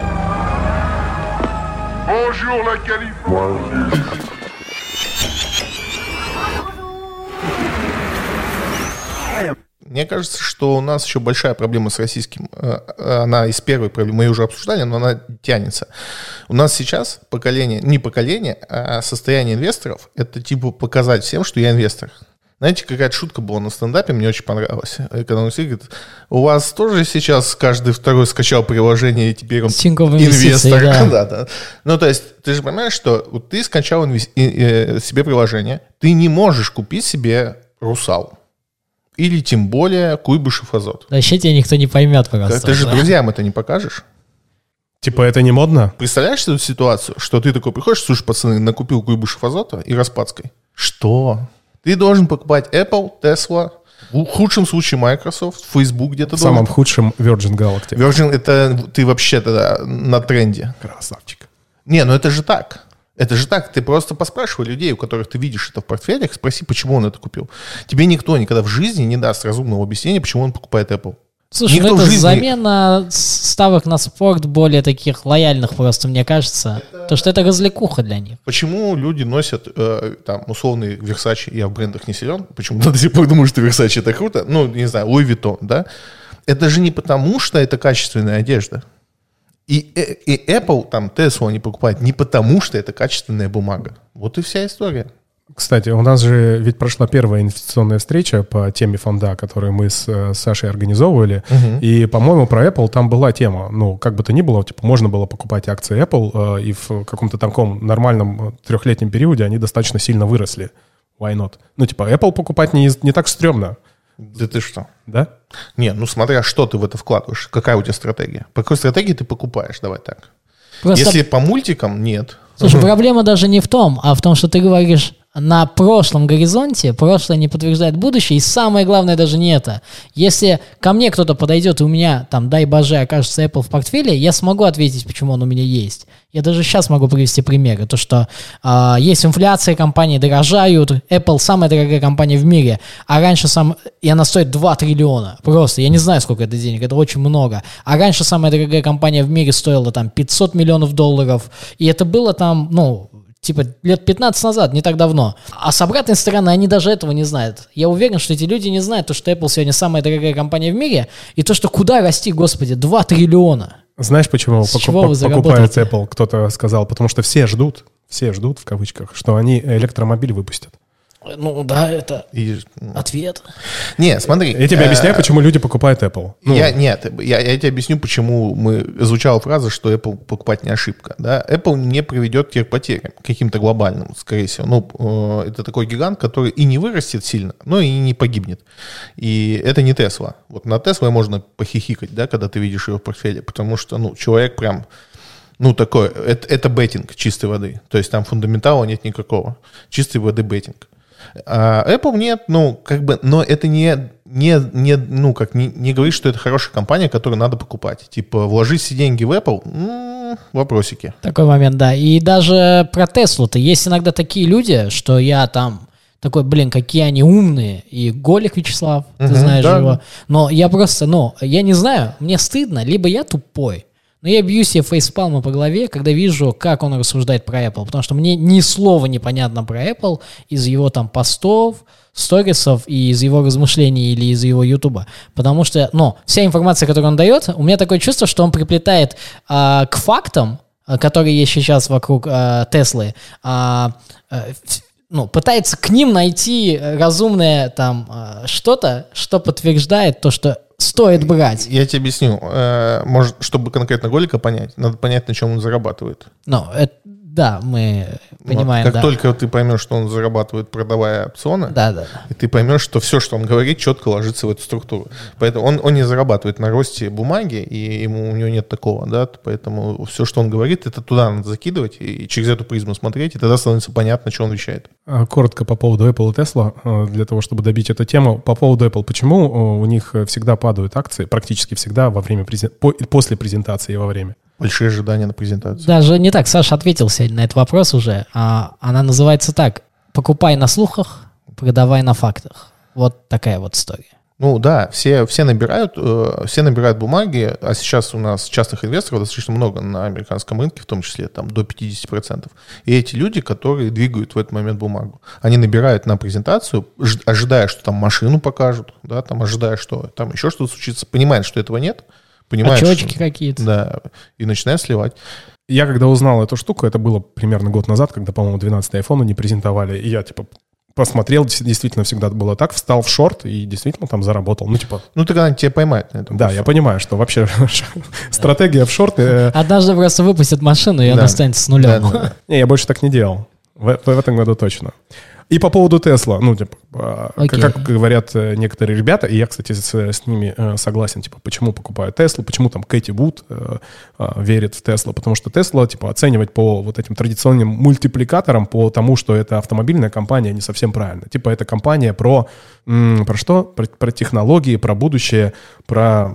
Мне кажется, что у нас еще большая проблема с российским. Она из первой проблемы, мы ее уже обсуждали, но она тянется. У нас сейчас не поколение, а состояние инвесторов — это показать всем, что я инвестор. Знаете, какая-то шутка была на стендапе, мне очень понравилась. Экономист говорит: у вас тоже сейчас каждый второй скачал приложение, и теперь он инвестор. Да. То есть, ты же понимаешь, что ты скачал себе приложение, ты не можешь купить себе «Русал». Или тем более Куйбышев Азот. Вообще тебя никто не поймет просто. Ты же друзьям это не покажешь. Это не модно? Представляешь эту ситуацию, что ты такой приходишь: слушай, пацаны, накупил Куйбышев Азота и Распадской. Что? Ты должен покупать Apple, Tesla, в худшем случае Microsoft, Facebook где-то. В самом худшем Virgin Galactic. Virgin — это ты вообще тогда на тренде. Красавчик. Это же так. Это же так, ты просто поспрашивай людей, у которых ты видишь это в портфелях, спроси, почему он это купил. Тебе никто никогда в жизни не даст разумного объяснения, почему он покупает Apple. Слушай, это замена ставок на спорт более таких лояльных просто, мне кажется. Потому что это развлекуха для них. Почему люди носят условный Versace, я в брендах не силен, почему-то до сих пор думаю, что Versace это круто, не знаю, Louis Vuitton, да? Это же не потому, что это качественная одежда. И Apple, Tesla они покупают не потому, что это качественная бумага. Вот и вся история. Кстати, у нас же ведь прошла первая инвестиционная встреча по теме фонда, которую мы с Сашей организовывали. И, по-моему, про Apple там была тема. Как бы то ни было, можно было покупать акции Apple, и в каком-то таком нормальном 3-летнем периоде они достаточно сильно выросли. Why not? Apple покупать не так стрёмно. Да ты что? Да? Не, смотря, что ты в это вкладываешь. Какая у тебя стратегия? По какой стратегии ты покупаешь? Давай так. Просто... Если по мультикам, нет. Слушай, проблема даже не в том, а в том, что ты говоришь на прошлом горизонте, прошлое не подтверждает будущее, и самое главное даже не это. Если ко мне кто-то подойдет, и у меня, дай боже, окажется Apple в портфеле, я смогу ответить, почему он у меня есть. Я даже сейчас могу привести примеры. То, что есть инфляция, компании дорожают, Apple самая дорогая компания в мире, а раньше и она стоит 2 триллиона. Просто, я не знаю, сколько это денег, это очень много. А раньше самая дорогая компания в мире стоила $500 миллионов, и это было лет 15 назад, не так давно. А с обратной стороны, они даже этого не знают. Я уверен, что эти люди не знают то, что Apple сегодня самая дорогая компания в мире, и то, что куда расти, господи, 2 триллиона. Знаешь, почему покупают Apple, кто-то сказал? Потому что все ждут, в кавычках, что они электромобиль выпустят. Это ответ. Не, смотри. Я тебе объясняю, почему люди покупают Apple. Я тебе объясню, почему звучала фраза, что Apple покупать не ошибка. Да? Apple не приведет к потерям каким-то глобальным, скорее всего. Это такой гигант, который и не вырастет сильно, но и не погибнет. И это не Tesla. Вот на Tesla можно похихикать, да, когда ты видишь его в портфеле, потому что человек прям... такой, это беттинг чистой воды. То есть там фундаментала нет никакого. Чистой воды беттинг. А Apple нет, но это не не говорит, что это хорошая компания, которую надо покупать. Типа, вложить все деньги в Apple, вопросики. Такой момент, да. И даже про Теслу-то есть иногда такие люди, что я там такой, какие они умные. И Голик Вячеслав, ты знаешь его. Но я просто, я не знаю, мне стыдно, либо я тупой. Но я бью себе фейспалмы по голове, когда вижу, как он рассуждает про Apple. Потому что мне ни слова не понятно про Apple из его там постов, сторисов и из его размышлений или из его ютуба. Потому что, вся информация, которую он дает, у меня такое чувство, что он приплетает к фактам, которые есть сейчас вокруг Теслы, пытается к ним найти разумное там что-то, что подтверждает то, что стоит брать. Я тебе объясню. Может, чтобы конкретно Голика понять, надо понять, на чем он зарабатывает. Да, мы понимаем, как только ты поймешь, что он зарабатывает, продавая опционы, и ты поймешь, что все, что он говорит, четко ложится в эту структуру. Поэтому он не зарабатывает на росте бумаги, и у него нет такого, да, поэтому все, что он говорит, это туда надо закидывать и через эту призму смотреть, и тогда становится понятно, что он вещает. Коротко по поводу Apple и Tesla, для того, чтобы добить эту тему. По поводу Apple, почему у них всегда падают акции, практически всегда после презентации и во время? Большие ожидания на презентацию. Даже не так. Саша ответил сегодня на этот вопрос уже. Она называется так. Покупай на слухах, продавай на фактах. Вот такая вот история. Все набирают бумаги, а сейчас у нас частных инвесторов достаточно много на американском рынке, в том числе там до 50%. И эти люди, которые двигают в этот момент бумагу, они набирают на презентацию, ожидая, что там машину покажут, да, там ожидая, что там еще что-то случится, понимают, что этого нет, понимают, очечки какие-то. Да, и начинают сливать. Я когда узнал эту штуку, это было примерно год назад, когда, по-моему, 12-й iPhone не презентовали, и я, посмотрел, действительно всегда было так, встал в шорт и действительно там заработал. Ты когда тебя поймают на этом. Да, я понимаю, что вообще стратегия в шорт... Однажды просто выпустят машину, и она останется с нулем. Не, я больше так не делал. В этом году точно. И по поводу Тесла, как говорят некоторые ребята, и я, кстати, с ними согласен, почему покупают Теслу, почему там Кэти Вуд верит в Теслу, потому что Тесла, оценивать по вот этим традиционным мультипликаторам, по тому, что это автомобильная компания, не совсем правильно. Это компания про что? Про технологии, про будущее, про...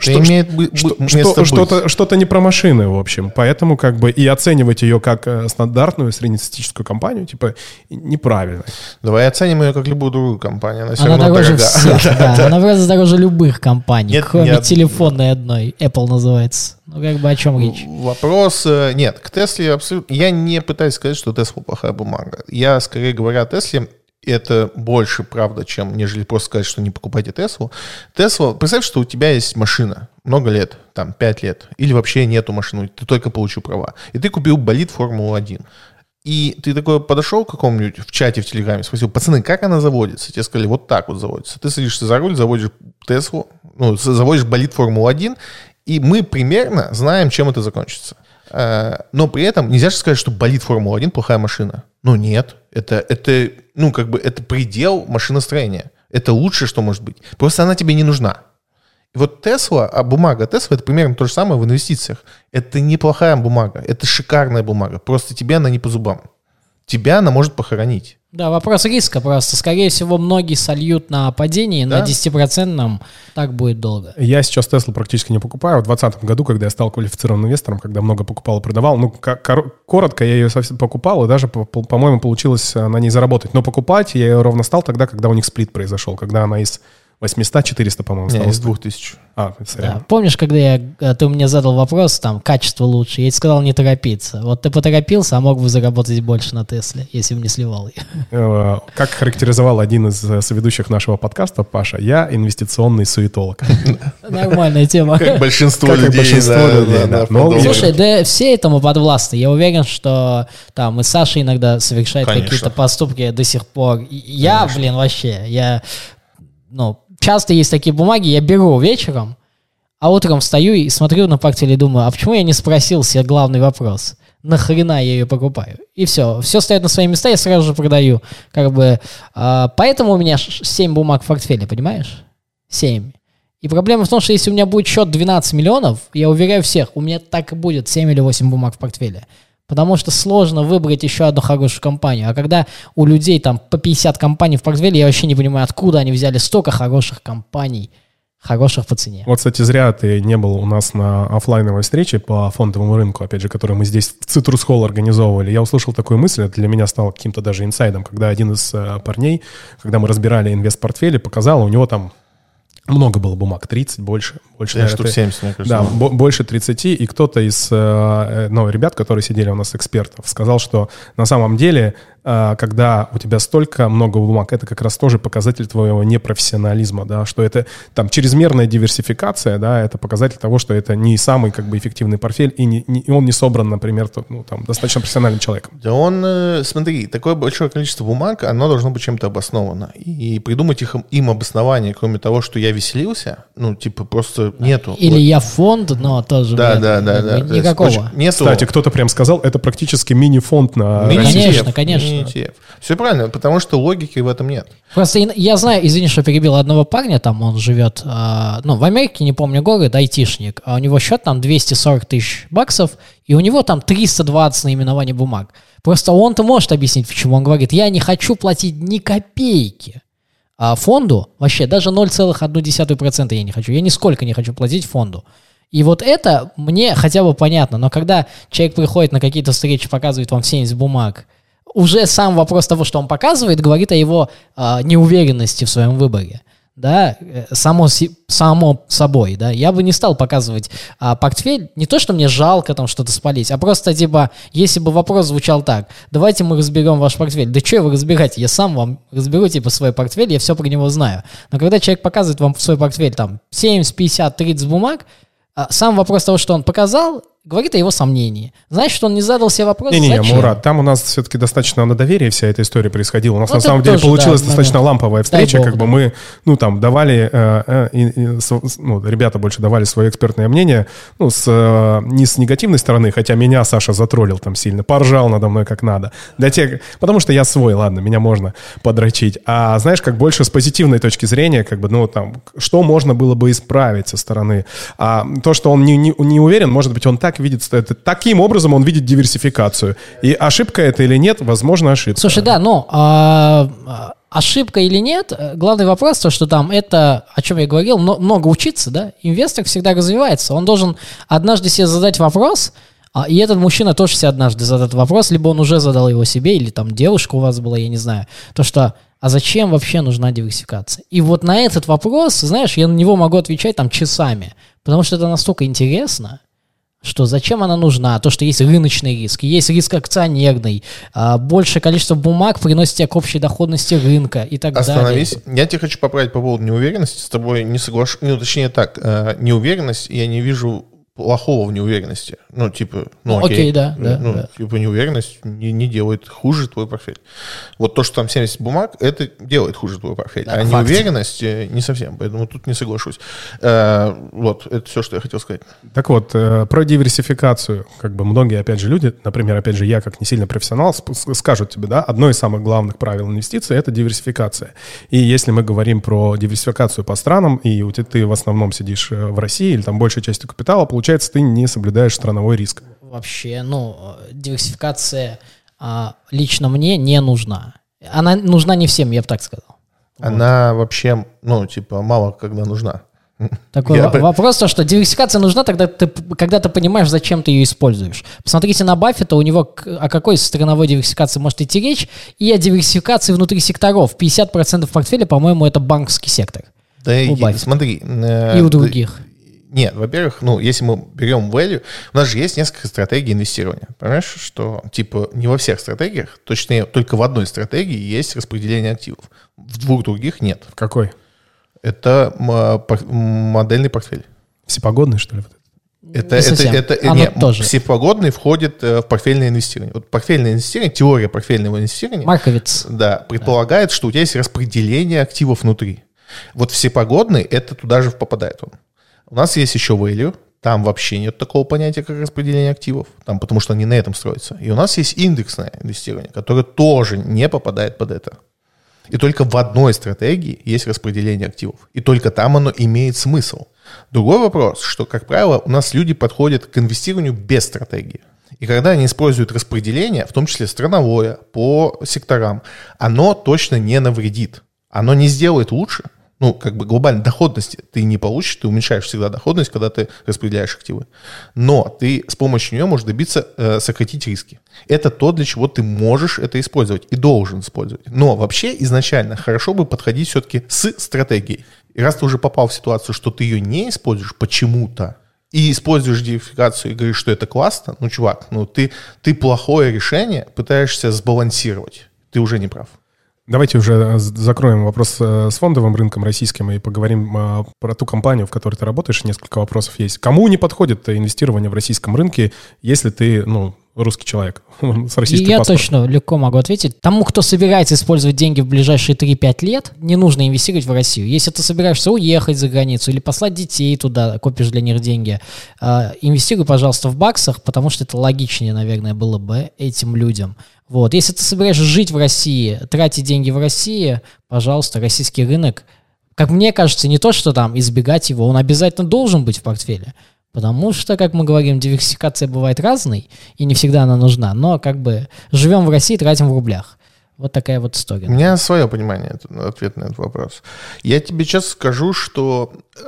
что-то не про машины, в общем. Поэтому и оценивать ее как стандартную среднестатистическую компанию, неправильно. Давай оценим ее как любую другую компанию. Она все равно дорога. Всех, да. Она гораздо дороже любых компаний, кроме телефонной одной. Apple называется. О чем речь? Вопрос... Нет, к Тесле абсолютно... Я не пытаюсь сказать, что Тесла плохая бумага. Я, скорее говоря, о Тесле... Это больше правда, нежели просто сказать, что не покупайте Теслу. Тесла, представь, что у тебя есть машина много лет, 5 лет, или вообще нету машины, ты только получил права. И ты купил болид Формулы-1. И ты такой подошел к какому-нибудь в чате в Телеграме, спросил: пацаны, как она заводится? Тебе сказали, вот так вот заводится. Ты садишься за руль, заводишь Теслу, заводишь болид Формулы-1, и мы примерно знаем, чем это закончится. Но при этом нельзя же сказать, что болид Формулы-1 плохая машина. Нет, это предел машиностроения. Это лучшее, что может быть. Просто она тебе не нужна. И вот Тесла, бумага Тесла, это примерно то же самое в инвестициях. Это неплохая бумага, это шикарная бумага. Просто тебе она не по зубам. Тебя она может похоронить. Да, вопрос риска просто. Скорее всего, многие сольют на падении, на 10%, так будет долго. Я сейчас Теслу практически не покупаю. В 2020 году, когда я стал квалифицированным инвестором, когда много покупал и продавал, коротко я ее совсем покупал, и даже, по-моему, получилось на ней заработать. Но покупать я ее ровно стал тогда, когда у них сплит произошел, когда она из 800-400, по-моему, стала. Из 2000. Да. Помнишь, когда ты мне задал вопрос, качество лучше, я тебе сказал не торопиться. Вот ты поторопился, а мог бы заработать больше на Тесле, если бы не сливал ее. Как характеризовал один из соведущих нашего подкаста, Паша, я инвестиционный суетолог. Нормальная тема. Как большинство людей. Слушай, да все этому подвластны. Я уверен, что там и Саша иногда совершает какие-то поступки до сих пор. Я, вообще, часто есть такие бумаги, я беру вечером, а утром встаю и смотрю на портфель и думаю, а почему я не спросил себе главный вопрос? Нахрена я ее покупаю? И все стоит на свои места, я сразу же продаю. Поэтому у меня 7 бумаг в портфеле, понимаешь? 7. И проблема в том, что если у меня будет счет 12 миллионов, я уверяю всех, у меня так и будет 7 или 8 бумаг в портфеле. Потому что сложно выбрать еще одну хорошую компанию. А когда у людей там по 50 компаний в портфеле, я вообще не понимаю, откуда они взяли столько хороших компаний, хороших по цене. Вот, кстати, зря ты не был у нас на офлайновой встрече по фондовому рынку, опять же, которую мы здесь в Citrus Hall организовывали. Я услышал такую мысль, это для меня стало каким-то даже инсайдом, когда один из парней, когда мы разбирали инвест-портфели, показал, у него там много было бумаг, 30, больше. Я штук 70, мне кажется. Да, больше 30, и кто-то из ребят, которые сидели у нас, экспертов, сказал, что на самом деле, когда у тебя столько много бумаг, это как раз тоже показатель твоего непрофессионализма, да, что это там чрезмерная диверсификация, да, это показатель того, что это не самый как бы эффективный портфель, и он не собран, например, там, достаточно профессиональным человеком. Да он, смотри, такое большое количество бумаг, оно должно быть чем-то обосновано. И придумать им обоснование, кроме того, что я веселился, ну, типа, просто нету. Или я фонд, но тоже да. никакого. Нету. Кстати, кто-то прям сказал, это практически мини-фонд на... Конечно. Все правильно, потому что логики в этом нет. Просто я знаю, извини, что перебил одного парня, там он живет, в Америке, не помню город, айтишник, а у него счет там 240 тысяч баксов, и у него там 320 наименований бумаг. Просто он-то может объяснить, почему. Он говорит, я не хочу платить ни копейки. А фонду вообще даже 0,1% я не хочу. Я нисколько не хочу платить фонду. И вот это мне хотя бы понятно. Но когда человек приходит на какие-то встречи, показывает вам 70 бумаг, уже сам вопрос того, что он показывает, говорит о его неуверенности в своем выборе. Да, само собой, да, я бы не стал показывать портфель, не то, что мне жалко там что-то спалить, а просто, типа, если бы вопрос звучал так, давайте мы разберем ваш портфель, да что вы разбираете, я сам вам разберу, типа, свой портфель, я все про него знаю, но когда человек показывает вам свой портфель, там, 70, 50, 30 бумаг, сам вопрос того, что он показал, говорит о его сомнении. Значит, он не задал себе вопрос, зачем? Мурат, там у нас все-таки достаточно на доверие вся эта история происходила. У нас на самом деле получилась достаточно ламповая встреча, как бы мы, давали, ребята больше давали свое экспертное мнение, не с негативной стороны, хотя меня Саша затроллил там сильно, поржал надо мной как надо. Потому что я свой, ладно, меня можно подрочить. А знаешь, как больше с позитивной точки зрения, что можно было бы исправить со стороны. А то, что он не уверен, может быть, он так видит, это таким образом он видит диверсификацию. И ошибка это или нет, возможно, ошибка. Слушай, да, ошибка или нет, главный вопрос, то, что там это, о чем я говорил, много учиться, да, инвестор всегда развивается, он должен однажды себе задать вопрос, и этот мужчина тоже себе однажды задает вопрос, либо он уже задал его себе, или там девушка у вас была, я не знаю, то, что, а зачем вообще нужна диверсификация? И вот на этот вопрос, знаешь, я на него могу отвечать там часами, потому что это настолько интересно, что зачем она нужна, то, что есть рыночный риск, есть риск акционерный, большее количество бумаг приносит тебе к общей доходности рынка и так далее. Остановись. Я тебе хочу поправить по поводу неуверенности, с тобой не соглашусь, точнее так, неуверенность, я не вижу плохого в неуверенности. Окей, да. Неуверенность не делает хуже твой портфель. Вот то, что там 70 бумаг, это делает хуже твой портфель. Да, неуверенность не совсем, поэтому тут не соглашусь. Вот, это все, что я хотел сказать. Так вот, про диверсификацию, многие, опять же, люди, например, опять же, я как не сильно профессионал, скажут тебе, да, одно из самых главных правил инвестиций – это диверсификация. И если мы говорим про диверсификацию по странам, и ты в основном сидишь в России, или там большей частью капитала, получается, ты не соблюдаешь страновой риск. Вообще, диверсификация лично мне не нужна. Она нужна не всем, я бы так сказал. Она вообще, мало когда нужна. Такой вопрос, что диверсификация нужна тогда, когда ты понимаешь, зачем ты ее используешь. Посмотрите на Баффета, у него о какой страновой диверсификации может идти речь, и о диверсификации внутри секторов. 50% портфеля, по-моему, это банковский сектор. Да, смотри. И у других. Нет, во-первых, если мы берем value, у нас же есть несколько стратегий инвестирования. Понимаешь, что не во всех стратегиях, точнее, только в одной стратегии есть распределение активов. В двух других нет. В какой? Это модельный портфель. Всепогодный, что ли? Всепогодный входит в портфельное инвестирование. Вот портфельное инвестирование, теория портфельного инвестирования. Марковиц. Да, предполагает, что у тебя есть распределение активов внутри. Вот всепогодный, это туда же попадает он. У нас есть еще value, там вообще нет такого понятия, как распределение активов, потому что они на этом строятся. И у нас есть индексное инвестирование, которое тоже не попадает под это. И только в одной стратегии есть распределение активов. И только там оно имеет смысл. Другой вопрос, что, как правило, у нас люди подходят к инвестированию без стратегии. И когда они используют распределение, в том числе страновое, по секторам, оно точно не навредит. Оно не сделает лучше. Ну, как бы глобальной доходности ты не получишь, ты уменьшаешь всегда доходность, когда ты распределяешь активы. Но ты с помощью нее можешь добиться сократить риски. Это то, для чего ты можешь это использовать и должен использовать. Но вообще изначально хорошо бы подходить все-таки с стратегией. И раз ты уже попал в ситуацию, что ты ее не используешь почему-то, и используешь диверсификацию и говоришь, что это классно, ну, чувак, ну, ты плохое решение пытаешься сбалансировать. Ты уже не прав. Давайте уже закроем вопрос с фондовым рынком российским и поговорим про ту компанию, в которой ты работаешь. Несколько вопросов есть. Кому не подходит инвестирование в российском рынке, если ты, русский человек с российским Я паспортом? точно легко могу ответить. Тому, кто собирается использовать деньги в ближайшие 3-5 лет, не нужно инвестировать в Россию. Если ты собираешься уехать за границу или послать детей туда, копишь для них деньги, инвестируй, пожалуйста, в баксах, потому что это логичнее, наверное, было бы этим людям. Вот. Если ты собираешься жить в России, тратить деньги в России, пожалуйста, российский рынок, как мне кажется, не то, что там избегать его, он обязательно должен быть в портфеле. Потому что, как мы говорим, диверсификация бывает разной, и не всегда она нужна, но как бы живем в России, тратим в рублях. Вот такая вот история. У меня свое понимание, ответ на этот вопрос. Я тебе честно скажу, что,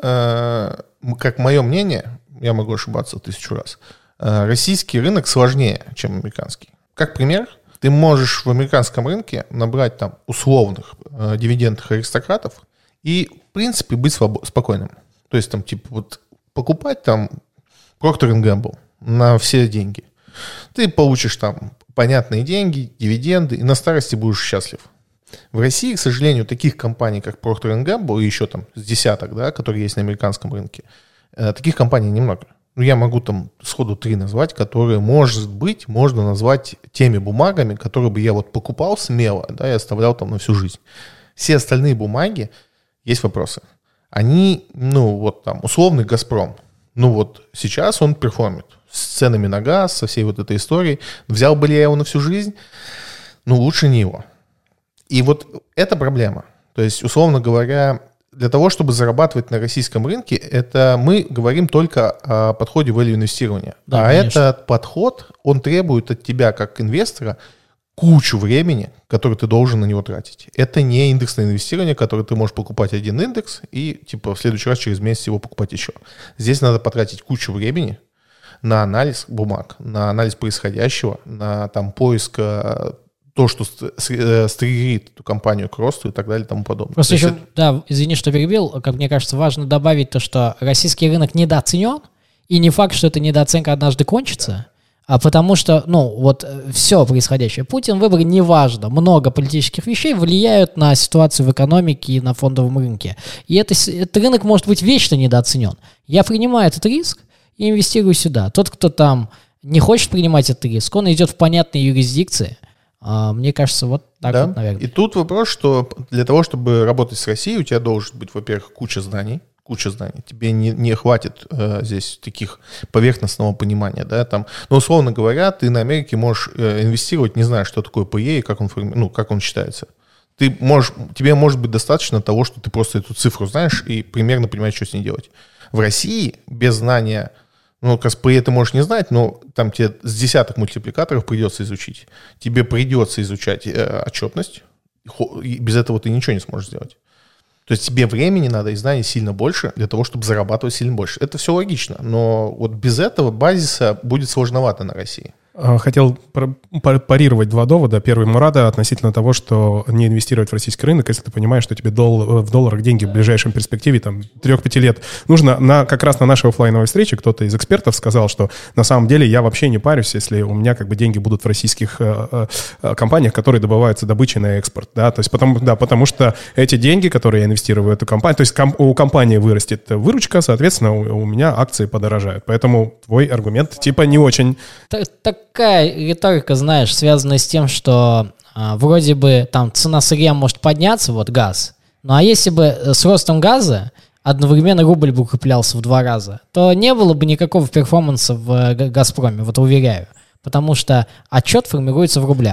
как мое мнение, я могу ошибаться 1000 раз, российский рынок сложнее, чем американский. Как пример, ты можешь в американском рынке набрать там условных дивидендных аристократов и, в принципе, быть спокойным. То есть там типа вот покупать там Procter & Gamble на все деньги. Ты получишь там понятные деньги, дивиденды, и на старости будешь счастлив. В России, к сожалению, таких компаний, как Procter & Gamble, и еще там с десяток, да, которые есть на американском рынке, таких компаний немного. Ну, я могу там сходу 3 назвать, которые, может быть, можно назвать теми бумагами, которые бы я вот покупал смело, да, и оставлял там на всю жизнь. Все остальные бумаги, есть вопросы. Они, вот там, условный «Газпром». Вот сейчас он перформит с ценами на газ, со всей вот этой историей. Взял бы ли я его на всю жизнь? Лучше не его. И вот эта проблема. То есть, условно говоря, для того, чтобы зарабатывать на российском рынке, это мы говорим только о подходе value инвестирования. Да, конечно. Этот подход, он требует от тебя, как инвестора, кучу времени, которое ты должен на него тратить. Это не индексное инвестирование, которое ты можешь покупать один индекс и типа в следующий раз через месяц его покупать еще. Здесь надо потратить кучу времени на анализ бумаг, на анализ происходящего, на там поиск то, что стригерит эту компанию к росту и так далее и тому подобное. Просто еще, да, извини, что перебил, как мне кажется, важно добавить то, что российский рынок недооценен, и не факт, что эта недооценка однажды кончится. А потому что, все происходящее. Путин, выборы, неважно. Много политических вещей влияют на ситуацию в экономике и на фондовом рынке. И этот рынок может быть вечно недооценен. Я принимаю этот риск и инвестирую сюда. Тот, кто там не хочет принимать этот риск, он идет в понятные юрисдикции. Мне кажется, вот так да. вот, наверное. И тут вопрос, что для того, чтобы работать с Россией, у тебя должен быть, во-первых, куча знаний. Тебе не хватит здесь таких поверхностного понимания, да, там, условно говоря, ты на Америке можешь инвестировать, не зная, что такое PE и как он считается. Тебе может быть достаточно того, что ты просто эту цифру знаешь и примерно понимаешь, что с ней делать. В России без знания, как раз PE ты можешь не знать, но там тебе с десяток мультипликаторов придется изучить. Тебе придется изучать отчетность, и без этого ты ничего не сможешь сделать. То есть тебе времени надо и знаний сильно больше для того, чтобы зарабатывать сильно больше. Это все логично, но вот без этого базиса будет сложновато на России. Хотел парировать 2 довода. Первый Мурада относительно того, что не инвестировать в российский рынок, если ты понимаешь, что тебе в долларах деньги в ближайшем перспективе 3-5 лет нужно. Как раз на нашей офлайновой встрече кто-то из экспертов сказал, что на самом деле я вообще не парюсь, если у меня деньги будут в российских компаниях, которые добываются добычей на экспорт. Да? То есть потому что эти деньги, которые я инвестирую в эту компанию, то есть у компании вырастет выручка, соответственно, у меня акции подорожают. Поэтому твой аргумент не очень... Такая риторика, знаешь, связанная с тем, что вроде бы там цена сырья может подняться, газ, а если бы с ростом газа одновременно рубль бы укреплялся в 2 раза, то не было бы никакого перформанса в «Газпроме», уверяю. Потому что отчет формируется в рублях.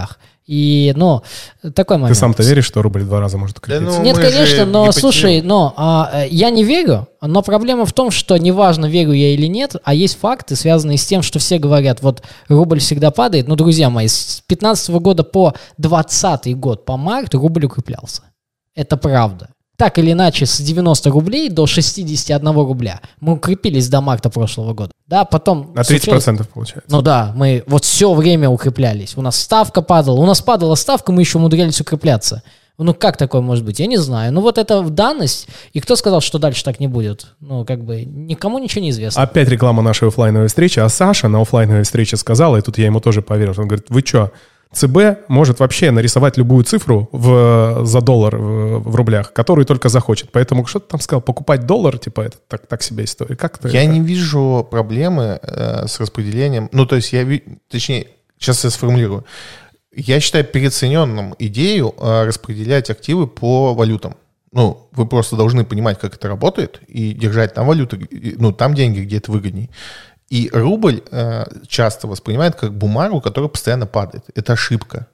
И, такой момент. Ты сам-то веришь, что рубль 2 раза может укрепиться? Нет, конечно, но слушай, я не верю, но проблема в том, что неважно, верю я или нет, а есть факты, связанные с тем, что все говорят, вот рубль всегда падает. Друзья мои, с 2015 года по 2020 год, по март, рубль укреплялся. Это правда. Так или иначе, с 90 рублей до 61 рубля мы укрепились до марта прошлого года. Да, потом... На 30% получается. Да, мы вот все время укреплялись. У нас ставка падала. У нас падала ставка, мы еще умудрялись укрепляться. Как такое может быть? Я не знаю. Вот это данность. И кто сказал, что дальше так не будет? Никому ничего не известно. Опять реклама нашей офлайновой встречи. А Саша на офлайновой встрече сказала, и тут я ему тоже поверил. Он говорит, вы что? ЦБ может вообще нарисовать любую цифру за доллар в рублях, которую только захочет. Поэтому что ты там сказал? Покупать доллар, это так себе история. Я не вижу проблемы с распределением. Точнее, сейчас я сформулирую. Я считаю переоцененным идею распределять активы по валютам. Вы просто должны понимать, как это работает, и держать там валюту, там деньги, где это выгодней. И рубль часто воспринимают как бумагу, которая постоянно падает. Это ошибка.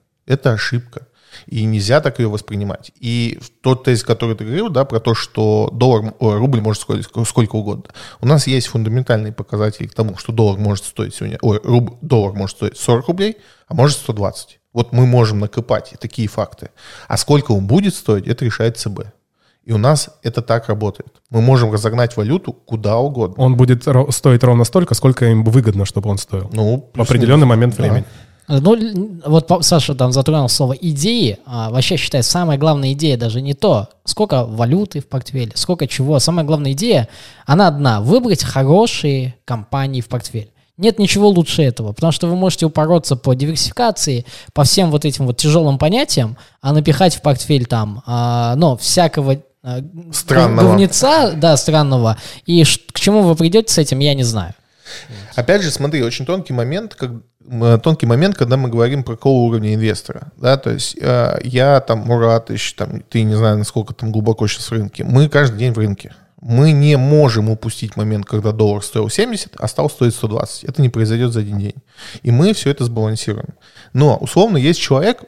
И нельзя так ее воспринимать. И тот тезис, который ты говорил, про то, что рубль может стоить сколько угодно. У нас есть фундаментальные показатели к тому, что доллар может стоить сегодня, доллар может стоить 40 рублей, а может 120. Вот мы можем накопать такие факты. А сколько он будет стоить, это решает ЦБ. И у нас это так работает. Мы можем разогнать валюту куда угодно. Он будет стоить ровно столько, сколько им выгодно, чтобы он стоил. В определенный момент времени. Вот Саша там затронул слово «идеи». Вообще, считаю, самая главная идея даже не то, сколько валюты в портфеле, сколько чего. Самая главная идея, она одна – выбрать хорошие компании в портфель. Нет ничего лучше этого, потому что вы можете упороться по диверсификации, по всем вот этим вот тяжелым понятиям, а напихать в портфель там, всякого странного говнеца, странного. И к чему вы придете с этим, я не знаю. Опять же, смотри, очень тонкий момент, когда мы говорим про какого уровня инвестора. Да? То есть я Мурат, ты не знаю, насколько там глубоко сейчас в рынке. Мы каждый день в рынке. Мы не можем упустить момент, когда доллар стоил 70, а стал стоить 120. Это не произойдет за один день. И мы все это сбалансируем. Но, условно, есть человек,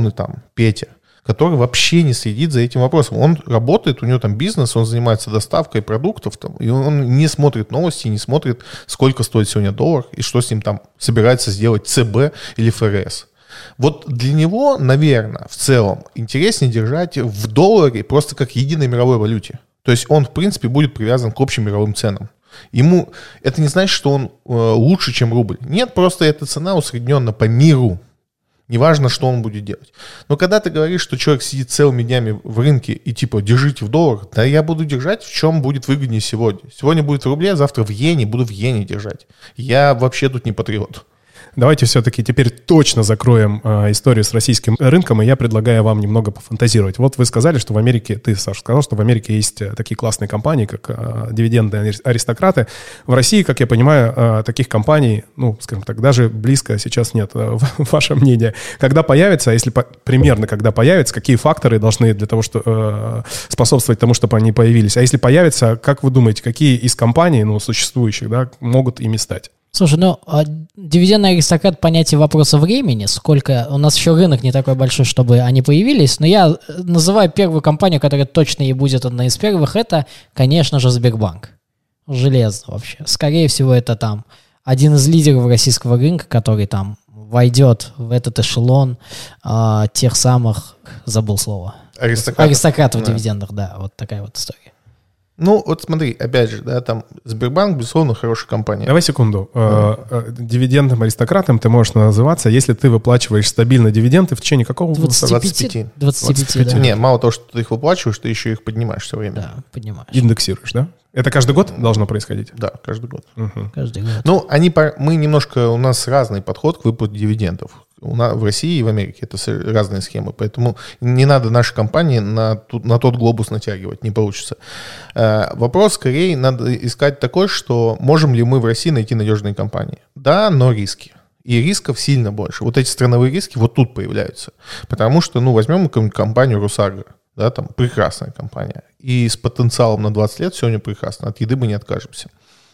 Петя, который вообще не следит за этим вопросом. Он работает, у него там бизнес, он занимается доставкой продуктов, и он не смотрит новости, не смотрит, сколько стоит сегодня доллар, и что с ним там собирается сделать ЦБ или ФРС. Вот для него, наверное, в целом интереснее держать в долларе просто как единой мировой валюте. То есть он, в принципе, будет привязан к общим мировым ценам. Ему это не значит, что он лучше, чем рубль. Нет, просто эта цена усреднена по миру. Неважно, что он будет делать. Но когда ты говоришь, что человек сидит целыми днями в рынке и держите в долларах, да я буду держать, в чем будет выгоднее сегодня. Сегодня будет в рубле, завтра в иене, буду в иене держать. Я вообще тут не патриот. Давайте все-таки теперь точно закроем историю с российским рынком, и я предлагаю вам немного пофантазировать. Вот вы сказали, что в Америке, ты, Саша, сказал, что в Америке есть такие классные компании, как дивидендные аристократы. В России, как я понимаю, таких компаний, скажем так, даже близко сейчас нет. Ваше мнение, когда появится, если примерно когда появится, какие факторы должны для того, что способствовать тому, чтобы они появились? А если появится, как вы думаете, какие из компаний, существующих, могут ими стать? Слушай, дивидендный аристократ — понятие вопроса времени. Сколько... У нас еще рынок не такой большой, чтобы они появились. Но я называю первую компанию, которая точно и будет одна из первых. Это, конечно же, Сбербанк. Железно вообще. Скорее всего, это один из лидеров российского рынка, который войдет в этот эшелон тех самых... Забыл слово. Аристократов в дивидендах, да. Вот такая вот история. Смотри, опять же, Сбербанк, безусловно, хорошая компания. Давай секунду. Дивидендным аристократом ты можешь называться, если ты выплачиваешь стабильно дивиденды в течение какого возраста? 25, да. Не, мало того, что ты их выплачиваешь, ты еще их поднимаешь все время. Да, поднимаешь. Индексируешь, да? Это каждый год должно происходить? Да, каждый год. Угу. Каждый год. У нас разный подход к выплате дивидендов. В России и в Америке это разные схемы, поэтому не надо наши компании на тот глобус натягивать, не получится. Вопрос скорее надо искать такой, что можем ли мы в России найти надежные компании. Да, но риски. И рисков сильно больше. Вот эти страновые риски вот тут появляются. Потому что, возьмем какую-нибудь компанию «Росагро». Да, прекрасная компания. И с потенциалом на 20 лет сегодня прекрасно. От еды мы не откажемся.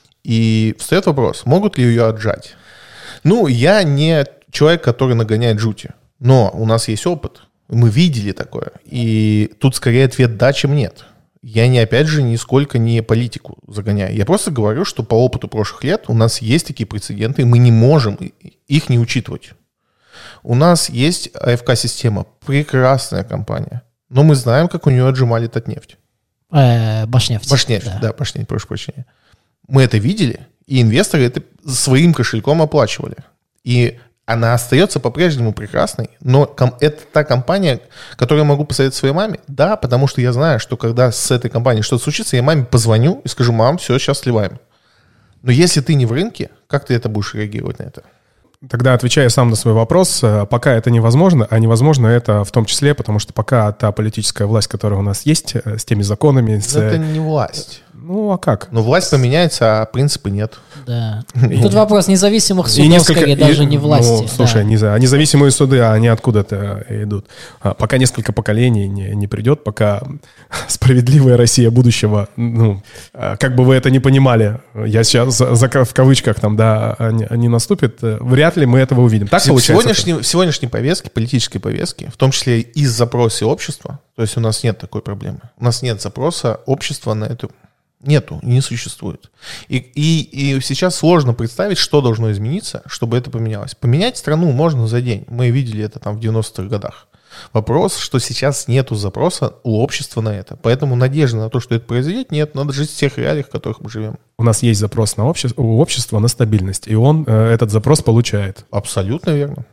И встает вопрос, могут ли ее отжать? Я не человек, который нагоняет жути. Но у нас есть опыт, мы видели такое. И тут скорее ответ «да», чем «нет». Я опять же, нисколько не политику загоняю. Я просто говорю, что по опыту прошлых лет у нас есть такие прецеденты, и мы не можем их не учитывать. У нас есть АФК-система, прекрасная компания, но мы знаем, как у нее отжимали Татнефть. Башнефть. Башнефть, да, Башнефть, прошу прощения. Мы это видели, и инвесторы это своим кошельком оплачивали. И она остается по-прежнему прекрасной, но это та компания, которую я могу посоветовать своей маме. Да, потому что я знаю, что когда с этой компанией что-то случится, я маме позвоню и скажу: мам, все, сейчас сливаем. Но если ты не в рынке, как ты это будешь реагировать на это? Тогда, отвечая сам на свой вопрос, пока это невозможно, а невозможно это в том числе, потому что пока та политическая власть, которая у нас есть, с теми законами... Это не власть. Ну, а как? Но власть поменяется, а принципы нет. Да. Тут вопрос независимых судов, скорее, даже не власти. Ну, слушай, независимые суды, они откуда-то идут. Пока несколько поколений не придет, пока справедливая Россия будущего, как бы вы это ни понимали, я сейчас в кавычках там, да, не наступит, вряд ли мы этого увидим. Так получается? В сегодняшней повестке, политической повестке, в том числе из запроса общества, то есть у нас нет такой проблемы. У нас нет запроса общества на эту... Нету, не существует. И сейчас сложно представить, что должно измениться, чтобы это поменялось. Поменять страну можно за день. Мы видели это там в 90-х годах. Вопрос, что сейчас нету запроса у общества на это. Поэтому надежды на то, что это произойдет, нет. Надо жить в тех реалиях, в которых мы живем. У нас есть запрос у общества на стабильность, и он этот запрос получает. Абсолютно верно.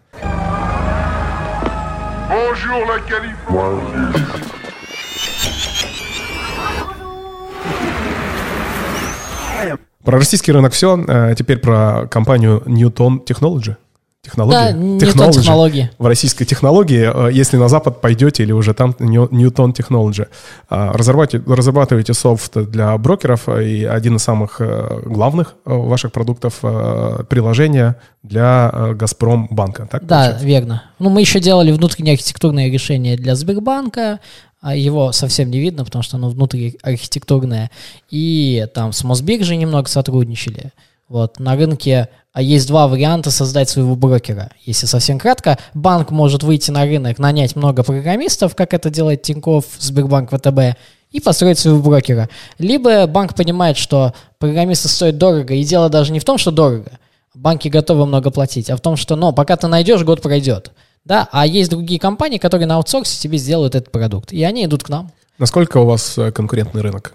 Про российский рынок все. Теперь про компанию Newton Technology. Да, Newton технологии. В российской технологии, если на Запад пойдете или уже там Newton Technology, разрабатываете софт для брокеров, и один из самых главных ваших продуктов — приложение для Газпромбанка. Так, да, получается? Верно. Мы еще делали внутреннее архитектурное решение для Сбербанка. Его совсем не видно, потому что оно внутриархитектурное. И там с Мосбиржей немного сотрудничали. Вот, на рынке есть два варианта создать своего брокера. Если совсем кратко, банк может выйти на рынок, нанять много программистов, как это делает Тинькофф, Сбербанк, ВТБ, и построить своего брокера. Либо банк понимает, что программисты стоят дорого, и дело даже не в том, что дорого, банки готовы много платить, а в том, что, пока ты найдешь, год пройдет. Да, а есть другие компании, которые на аутсорсе тебе сделают этот продукт, и они идут к нам. Насколько у вас конкурентный рынок?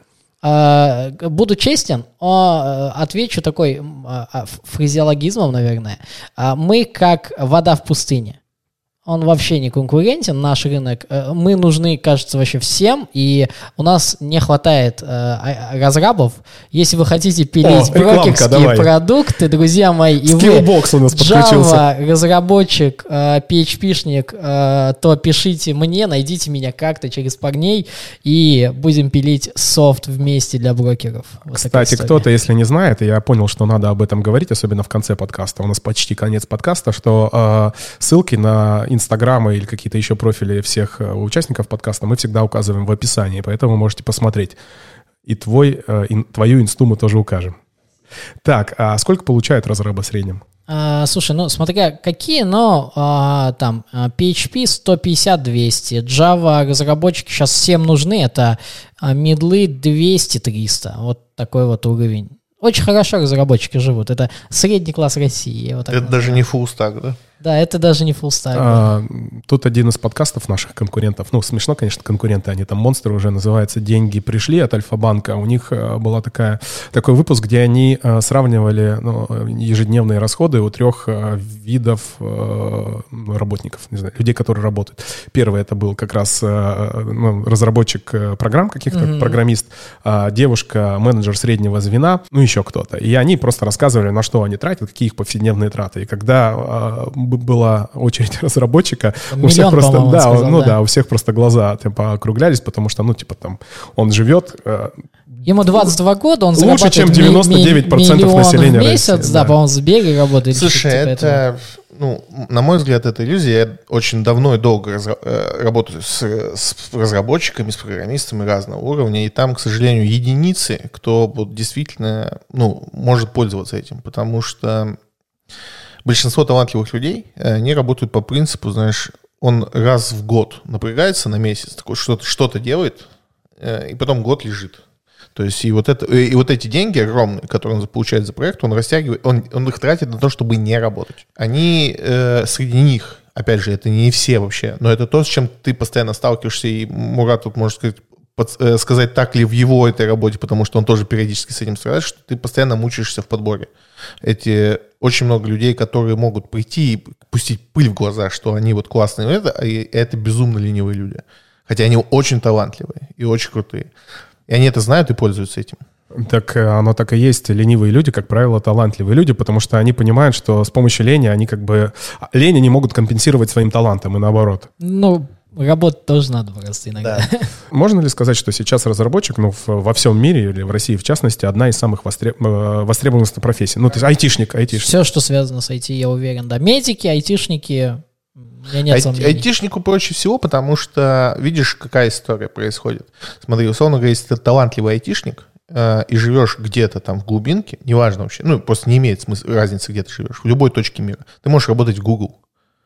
Буду честен, отвечу такой фразеологизмом, наверное. Мы как вода в пустыне. Он вообще не конкурентен, наш рынок. Мы нужны, кажется, вообще всем, и у нас не хватает разрабов. Если вы хотите пилить брокерские продукты, друзья мои, и вы Java, разработчик, PHP-шник, то пишите мне, найдите меня как-то через парней, и будем пилить софт вместе для брокеров. Вот. Кстати, кто-то, если не знает, и я понял, что надо об этом говорить, особенно в конце подкаста, у нас почти конец подкаста, что ссылки на Инстаграма или какие-то еще профили всех участников подкаста мы всегда указываем в описании, поэтому можете посмотреть. И твою инсту мы тоже укажем. Так, а сколько получают разрабы в среднем? Слушай, смотря какие, там PHP 150-200, Java разработчики сейчас всем нужны, это мидлы 200-300, вот такой вот уровень. Очень хорошо разработчики живут, это средний класс России. Это даже не фуллстак, да? Да, это даже не фуллстак. Тут один из подкастов наших конкурентов, смешно, конечно, конкуренты, они там монстры уже, называется «Деньги пришли» от Альфа-банка. У них был такой выпуск, где они сравнивали ежедневные расходы у 3 видов работников, не знаю, людей, которые работают. Первый это был как раз разработчик программ каких-то, программист, девушка, менеджер среднего звена, еще кто-то. И они просто рассказывали, на что они тратят, какие их повседневные траты. И когда была очередь разработчика, у всех просто, у всех просто глаза округлялись, потому что, он живет... Ему 22 года, он лучше, чем 99% населения в месяц, России, да, по-моему, в Сбере работает. Слушай, это, на мой взгляд, это иллюзия. Я очень давно и долго работаю с разработчиками, с программистами разного уровня, и там, к сожалению, единицы, кто действительно, может пользоваться этим, потому что Большинство талантливых людей, они работают по принципу, знаешь, он раз в год напрягается на месяц, такой что-то делает, и потом год лежит. То есть и вот эти деньги огромные, которые он получает за проект, он растягивает, он их тратит на то, чтобы не работать. Они среди них, опять же, это не все вообще, но это то, с чем ты постоянно сталкиваешься, и Мурат тут может сказать, так ли в его этой работе, потому что он тоже периодически с этим страдает, что ты постоянно мучаешься в подборе. Очень много людей, которые могут прийти и пустить пыль в глаза, что они вот классные, и это безумно ленивые люди. Хотя они очень талантливые и очень крутые. И они это знают и пользуются этим. Так оно так и есть. Ленивые люди, как правило, талантливые люди, потому что они понимают, что с помощью лени лень они могут компенсировать своим талантом и наоборот. Ну, работать тоже надо просто иногда. Да. Можно ли сказать, что сейчас разработчик, во всем мире или в России в частности, одна из самых востребованных профессий? Ну, то есть айтишник. Все, что связано с IT, я уверен, да. Медики, айтишники, у меня нет сомнений. Айтишнику проще всего, потому что, видишь, какая история происходит. Смотри, условно говоря, если ты талантливый айтишник, и живешь где-то там в глубинке, неважно вообще, просто не имеет разницы, где ты живешь, в любой точке мира, ты можешь работать в Google.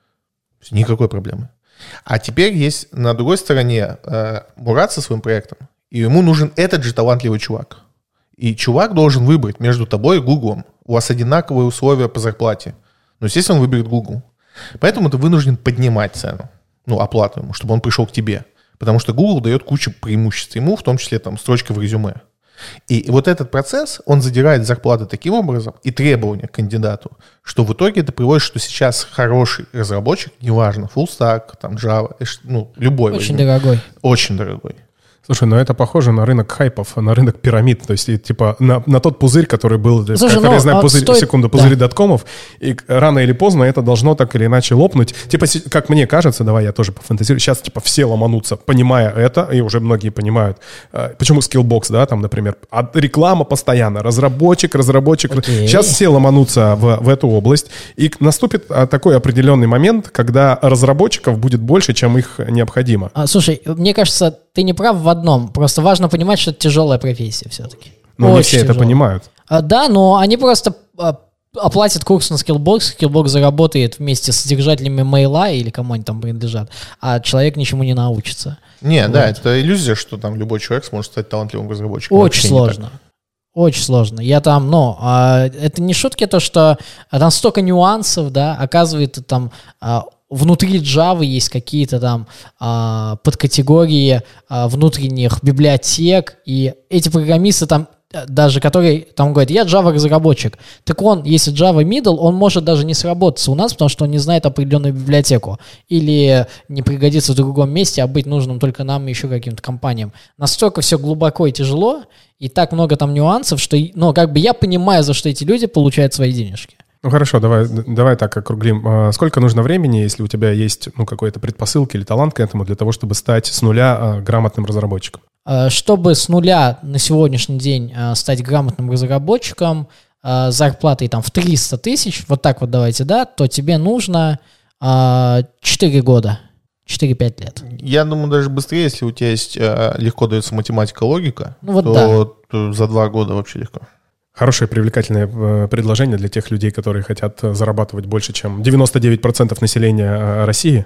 Никакой проблемы. А теперь есть на другой стороне Мурат со своим проектом, и ему нужен этот же талантливый чувак. И чувак должен выбрать между тобой и Гуглом. У вас одинаковые условия по зарплате. Но, естественно, он выберет Google. Поэтому ты вынужден поднимать цену, оплату ему, чтобы он пришел к тебе. Потому что Google дает кучу преимуществ ему, в том числе там строчка в резюме. И вот этот процесс, он задирает зарплаты таким образом и требования к кандидату, что в итоге это приводит, что сейчас хороший разработчик, неважно, full stack, там Java, любой. Очень дорогой. Очень дорогой. Слушай, это похоже на рынок хайпов, на рынок пирамид, то есть типа на тот пузырь, который был, слушай, я знаю, пузырь да. доткомов, и рано или поздно это должно так или иначе лопнуть. Типа, как мне кажется, давай я тоже пофантазирую, сейчас типа все ломанутся, понимая это, и уже многие понимают, почему Skillbox, да, там, например, реклама постоянно, разработчик, сейчас все ломанутся в эту область, и наступит такой определенный момент, когда разработчиков будет больше, чем их необходимо. Слушай, мне кажется, ты не прав в одном. Просто важно понимать, что это тяжелая профессия все-таки. Но не все это понимают. Да, но они просто оплатят курс на Skillbox, Skillbox заработает вместе с держателями мейла или кому они там принадлежат, а человек ничему не научится. Да, это иллюзия, что там любой человек сможет стать талантливым разработчиком. Очень сложно. Очень сложно. Я там, это не шутки, то, что там столько нюансов, да, оказывается, там внутри Java есть какие-то там подкатегории внутренних библиотек, и эти программисты там, даже которые там говорят, я Java-разработчик, так он, если Java middle, он может даже не сработаться у нас, потому что он не знает определенную библиотеку, или не пригодится в другом месте, а быть нужным только нам и еще каким-то компаниям. Настолько все глубоко и тяжело, и так много там нюансов, что, я понимаю, за что эти люди получают свои денежки. Хорошо, давай так округлим. Сколько нужно времени, если у тебя есть какой-то предпосылки или талант к этому, для того, чтобы стать с нуля грамотным разработчиком? Чтобы с нуля на сегодняшний день стать грамотным разработчиком, зарплатой там в 300 тысяч, вот так вот давайте, да, то тебе нужно 4 года, 4-5 лет. Я думаю, даже быстрее, если у тебя есть легко дается математика, логика, то за 2 года вообще легко. Хорошее, привлекательное предложение для тех людей, которые хотят зарабатывать больше, чем 99% населения России.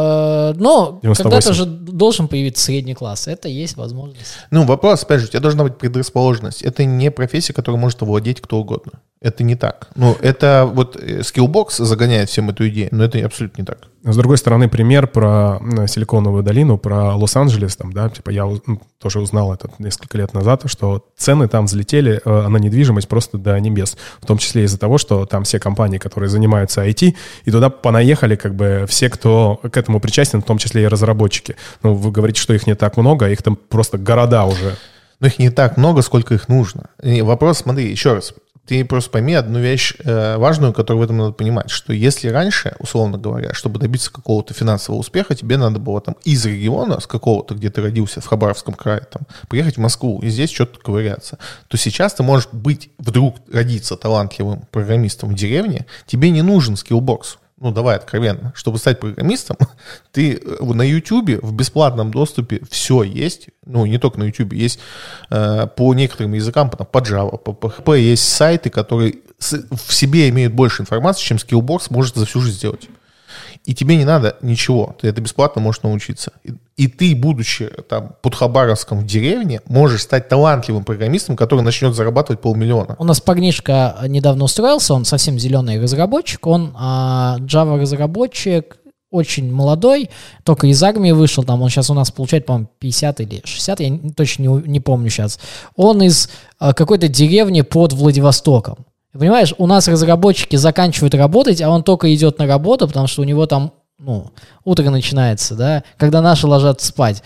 Но когда-то же должен появиться средний класс. Это есть возможность. Вопрос, опять же, у тебя должна быть предрасположенность. Это не профессия, которой может овладеть кто угодно. Это не так. Это вот Skillbox загоняет всем эту идею, но это абсолютно не так. С другой стороны, пример про Силиконовую долину, про Лос-Анджелес, там, да, я тоже узнал это несколько лет назад, что цены там взлетели на недвижимость просто до небес, в том числе из-за того, что там все компании, которые занимаются IT, и туда понаехали все, кто к этому причастен, в том числе и разработчики. Вы говорите, что их не так много, их там просто города уже. Но их не так много, сколько их нужно. И вопрос, смотри, еще раз. Ты просто пойми одну вещь важную, которую в этом надо понимать, что если раньше, условно говоря, чтобы добиться какого-то финансового успеха, тебе надо было там из региона, с какого-то, где ты родился, в Хабаровском крае, там, приехать в Москву и здесь что-то ковыряться, то сейчас ты можешь вдруг родиться талантливым программистом в деревне, тебе не нужен Skillbox. ну, давай откровенно, чтобы стать программистом, ты на YouTube в бесплатном доступе все есть, ну, не только на YouTube, есть по некоторым языкам, по Java, по PHP, есть сайты, которые в себе имеют больше информации, чем Skillbox может за всю жизнь сделать. И тебе не надо ничего, ты это бесплатно можешь научиться. И ты, будучи там под Хабаровском в деревне, можешь стать талантливым программистом, который начнет зарабатывать 500 000. У нас парнишка недавно устроился, он совсем зеленый разработчик, он Java-разработчик, очень молодой, только из армии вышел, там он сейчас у нас получает, по-моему, 50 или 60, я точно не помню сейчас. Он из какой-то деревни под Владивостоком. Понимаешь, у нас разработчики заканчивают работать, а он только идет на работу, потому что у него там, ну, утро начинается, да, когда наши ложатся спать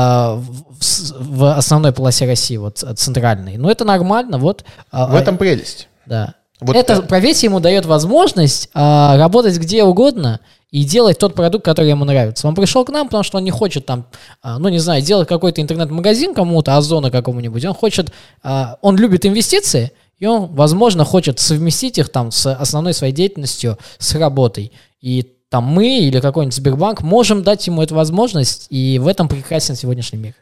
в основной полосе России, вот центральной. Но это нормально, вот. В этом прелесть. Да. Вот эта профессия ему дает возможность работать где угодно и делать тот продукт, который ему нравится. Он пришел к нам, потому что он не хочет там, ну, не знаю, делать какой-то интернет-магазин кому-то, Озона какому-нибудь. Он хочет, он любит инвестиции, и он, возможно, хочет совместить их там с основной своей деятельностью, с работой. И там мы или какой-нибудь Сбербанк можем дать ему эту возможность, и в этом прекрасен сегодняшний мир.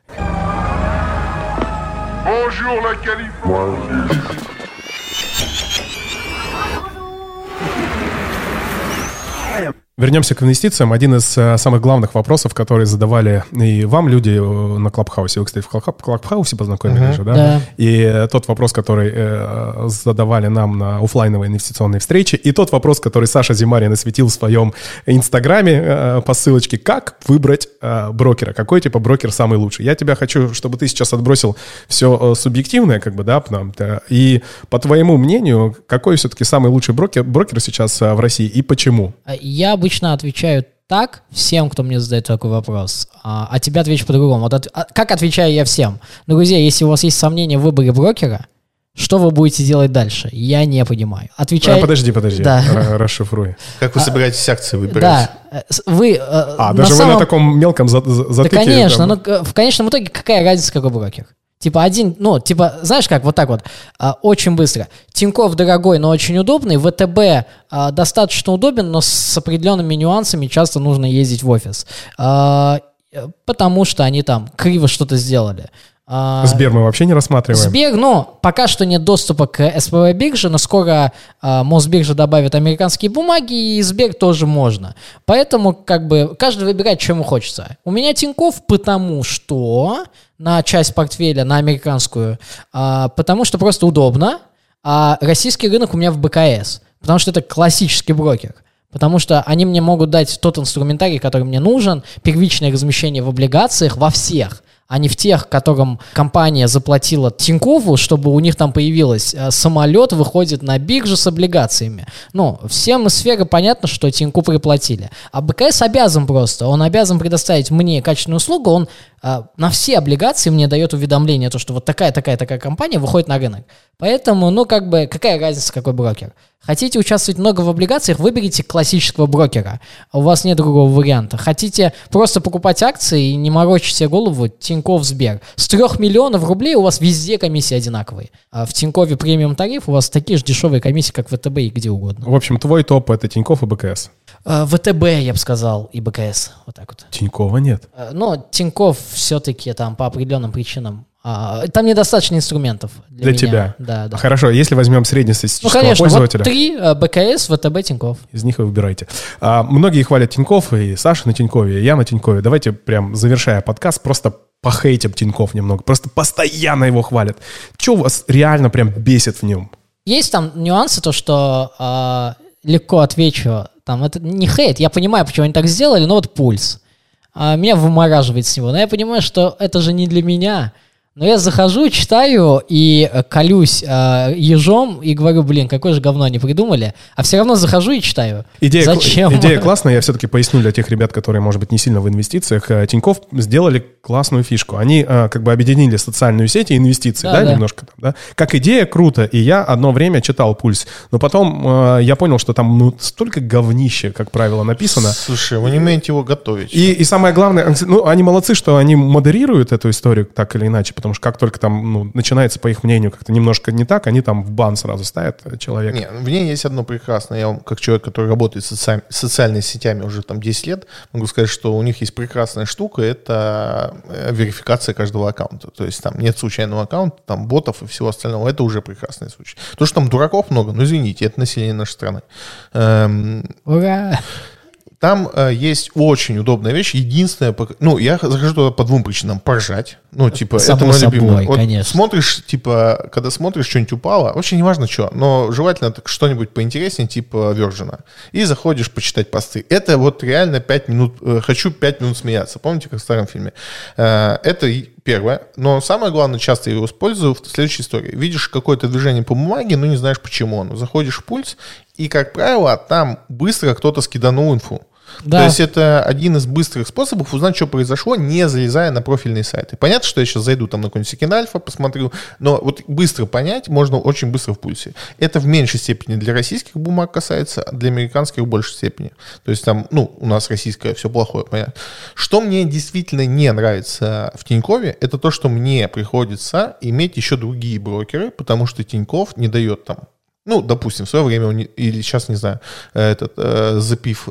Вернемся к инвестициям. Один из самых главных вопросов, которые задавали и вам люди на Клабхаусе. Вы, кстати, в Клабхаусе познакомились же, да? Да. И тот вопрос, который задавали нам на офлайновой инвестиционной встрече, и тот вопрос, который Саша Зимарин осветил в своем Инстаграме по ссылочке, как выбрать брокера, какой типа брокер самый лучший. Я тебя хочу, чтобы ты сейчас отбросил все субъективное, как бы, да, и по твоему мнению, какой все-таки самый лучший брокер сейчас в России и почему? Я обычно отвечаю так всем, кто мне задает такой вопрос, а тебе отвечу по-другому. Как отвечаю я всем? Друзья, если у вас есть сомнения в выборе брокера, что вы будете делать дальше? Я не понимаю. Отвечаю... Подожди, да. Расшифруй. Как вы собираетесь акции выбирать? Да, вы... даже вы на таком мелком затыке... Да, конечно, но в конечном итоге какая разница, какой брокер? Типа знаешь как, вот так вот, очень быстро. Тинькофф дорогой, но очень удобный. ВТБ достаточно удобен, но с определенными нюансами часто нужно ездить в офис. Потому что они там криво что-то сделали. Сбер мы вообще не рассматриваем. Сбер, пока что нет доступа к СПБ бирже, но скоро Мосбиржа добавит американские бумаги, и Сбер тоже можно. Поэтому как бы каждый выбирает, что ему хочется. У меня Тинькофф, потому что на часть портфеля, на американскую, потому что просто удобно, а российский рынок у меня в БКС, потому что это классический брокер. Потому что они мне могут дать тот инструментарий, который мне нужен, первичное размещение в облигациях во всех, а не в тех, которым компания заплатила Тинькову, чтобы у них там появилось самолет, выходит на биржу с облигациями. Всем из сферы понятно, что Тиньку приплатили. А БКС обязан просто, он обязан предоставить мне качественную услугу, он на все облигации мне дает уведомление, то, что вот такая компания выходит на рынок. Поэтому, какая разница, какой брокер? Хотите участвовать много в облигациях, выберите классического брокера. У вас нет другого варианта. Хотите просто покупать акции и не морочить себе голову, Тинькофф, Сбер. С 3 миллионов рублей у вас везде комиссии одинаковые. А в Тинькове премиум тариф у вас такие же дешевые комиссии, как в ВТБ и где угодно. В общем, твой топ — это Тинькофф и БКС. ВТБ, я бы сказал, и БКС. Вот так вот. Тинькова нет. Тинькофф все-таки там по определенным причинам. Там недостаточно инструментов для тебя. Да. Хорошо, если возьмем среднестатистического конечно, пользователя. Вот 3 БКС, ВТБ, Тинькофф. Из них вы выбирайте. Многие хвалят Тинькофф, и Саша на Тинькове, и я на Тинькове. Давайте прям, завершая подкаст, просто похейтим Тинькофф немного. Просто постоянно его хвалят. Что вас реально прям бесит в нем? Есть там нюансы, то, что легко отвечу. Там это не хейт, я понимаю, почему они так сделали, но вот пульс. Меня вымораживает с него. Но я понимаю, что это же не для меня. Но я захожу, читаю и колюсь ежом и говорю, какое же говно они придумали, а все равно захожу и читаю. Зачем? Идея классная, я все-таки поясню для тех ребят, которые, может быть, не сильно в инвестициях. Тинькофф сделали классную фишку. Они как бы объединили социальную сеть и инвестиции, да, немножко там, да. Как идея круто, и я одно время читал «Пульс», но потом я понял, что там столько говнища, как правило, написано. Слушай, вы не умеете его готовить. И самое главное, они молодцы, что они модерируют эту историю так или иначе, потому потому что как только там начинается, по их мнению, как-то немножко не так, они там в бан сразу ставят человека. Нет, в ней есть одно прекрасное. Я вам, как человек, который работает с социальными сетями уже там 10 лет, могу сказать, что у них есть прекрасная штука, это верификация каждого аккаунта. То есть там нет случайного аккаунта, там ботов и всего остального. Это уже прекрасный случай. То, что там дураков много, извините, это население нашей страны. Ура! Там есть очень удобная вещь. Единственное, я захожу туда по двум причинам. Поржать. Это мое любимое. Конечно. Смотришь, когда смотришь, что-нибудь упало, вообще не важно что, но желательно что-нибудь поинтереснее, типа Virgin. И заходишь почитать посты. Это вот реально 5 минут, хочу 5 минут смеяться. Помните, как в старом фильме? Это первое. Но самое главное, часто я его использую в следующей истории. Видишь какое-то движение по бумаге, но не знаешь почему оно. Заходишь в пульс, и, как правило, там быстро кто-то скиданул инфу. Да. То есть это один из быстрых способов узнать, что произошло, не залезая на профильные сайты. Понятно, что я сейчас зайду там на какой-нибудь Second Alpha, посмотрю, но вот быстро понять можно очень быстро в пульсе. Это в меньшей степени для российских бумаг касается, а для американских в большей степени. То есть там, у нас российское все плохое, понятно. Что мне действительно не нравится в Тинькове, это то, что мне приходится иметь еще другие брокеры, потому что Тинькофф не дает там. Допустим, в свое время, или сейчас, не знаю, запив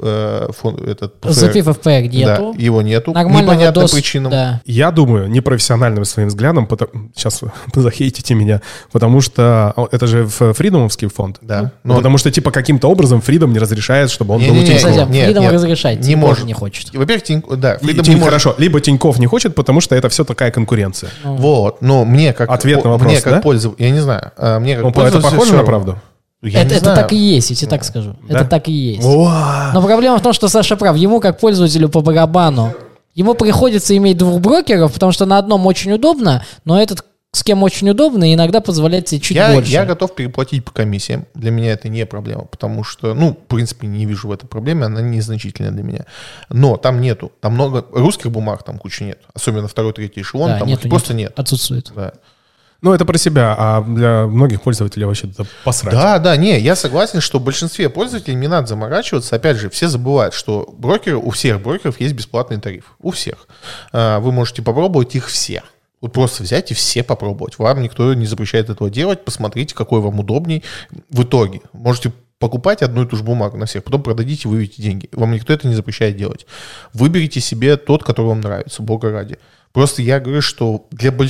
Запив FPR нету. Да, его нету. Нормального непонятным причинам. Да. Я думаю, непрофессиональным своим взглядом, сейчас вы захейтите меня, потому что это же фридомовский фонд. Да. Потому что, каким-то образом Фридом не разрешает, чтобы он был у Тинькофф. Фридом разрешает, не может. Не хочет. Во-первых, Фридом не может. Хорошо, либо Тинькофф не хочет, потому что это все такая конкуренция. Вот, но мне как... Ответ на вопрос, да? Пользователь, я не знаю, мне как пользователь... Это похоже на правду? Это так и есть, я тебе так скажу. Да? Это так и есть. Но проблема в том, что Саша прав. Ему, как пользователю по барабану, ему приходится иметь двух брокеров, потому что на одном очень удобно, но этот, с кем очень удобно, иногда позволяет себе чуть больше. Я готов переплатить по комиссиям. Для меня это не проблема, потому что, в принципе, не вижу в этой проблеме, она незначительная для меня. Но там нету. Там много русских бумаг, там кучи нет. Особенно второй, третий эшелон, да, там нету, просто нет. Отсутствует. Да. Это про себя, а для многих пользователей вообще это посрать. Да, я согласен, что в большинстве пользователей не надо заморачиваться. Опять же, все забывают, что у всех брокеров есть бесплатный тариф. У всех. Вы можете попробовать их все. Вот просто взять и все попробовать. Вам никто не запрещает этого делать. Посмотрите, какой вам удобней в итоге. Можете покупать одну и ту же бумагу на всех, потом продадите, выведите деньги. Вам никто это не запрещает делать. Выберите себе тот, который вам нравится, бога ради. Просто я говорю, что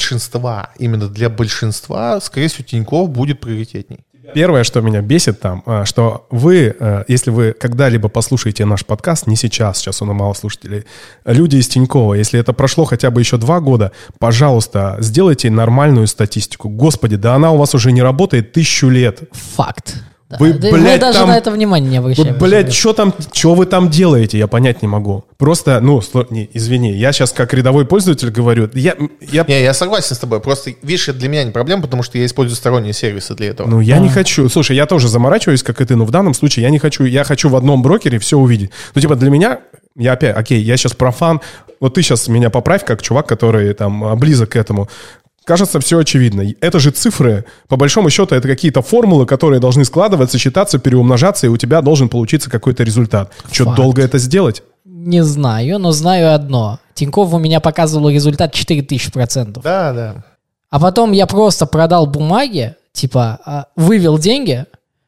именно для большинства, скорее всего, Тинькофф будет приоритетней. Первое, что меня бесит там, что вы, если вы когда-либо послушаете наш подкаст, не сейчас у нас мало слушателей, люди из Тинькова, если это прошло хотя бы еще 2 года, пожалуйста, сделайте нормальную статистику. Господи, да она у вас уже не работает 1000 лет. Факт. Да. Мы даже на это внимание не обращаем. Что вы там делаете, я понять не могу. Просто, извини, я сейчас как рядовой пользователь говорю, я согласен с тобой, просто, видишь, это для меня не проблема, потому что я использую сторонние сервисы для этого. Я не хочу, слушай, я тоже заморачиваюсь, как и ты, но в данном случае я не хочу, я хочу в одном брокере все увидеть. Для меня, я сейчас профан, ты сейчас меня поправь, как чувак, который там близок к этому. Кажется, все очевидно. Это же цифры. По большому счету, это какие-то формулы, которые должны складываться, считаться, переумножаться, и у тебя должен получиться какой-то результат. Что, долго это сделать? Не знаю, но знаю одно. Тинькофф у меня показывал результат 4000%. Да. А потом я просто продал бумаги, вывел деньги,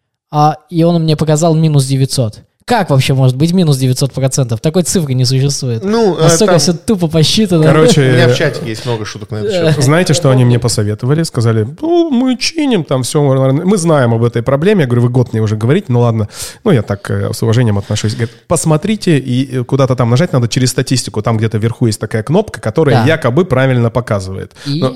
и он мне показал минус 900. Как вообще может быть минус 900%? Такой цифры не существует. Настолько все тупо посчитано. Короче, у меня в чатике есть много шуток на этот счет. Знаете, что они мне посоветовали? Сказали, мы чиним там все. Мы знаем об этой проблеме. Я говорю, вы год мне уже говорите, ладно. Я так с уважением отношусь. Говорит, посмотрите, и куда-то там нажать надо через статистику. Там где-то вверху есть такая кнопка, которая якобы правильно показывает.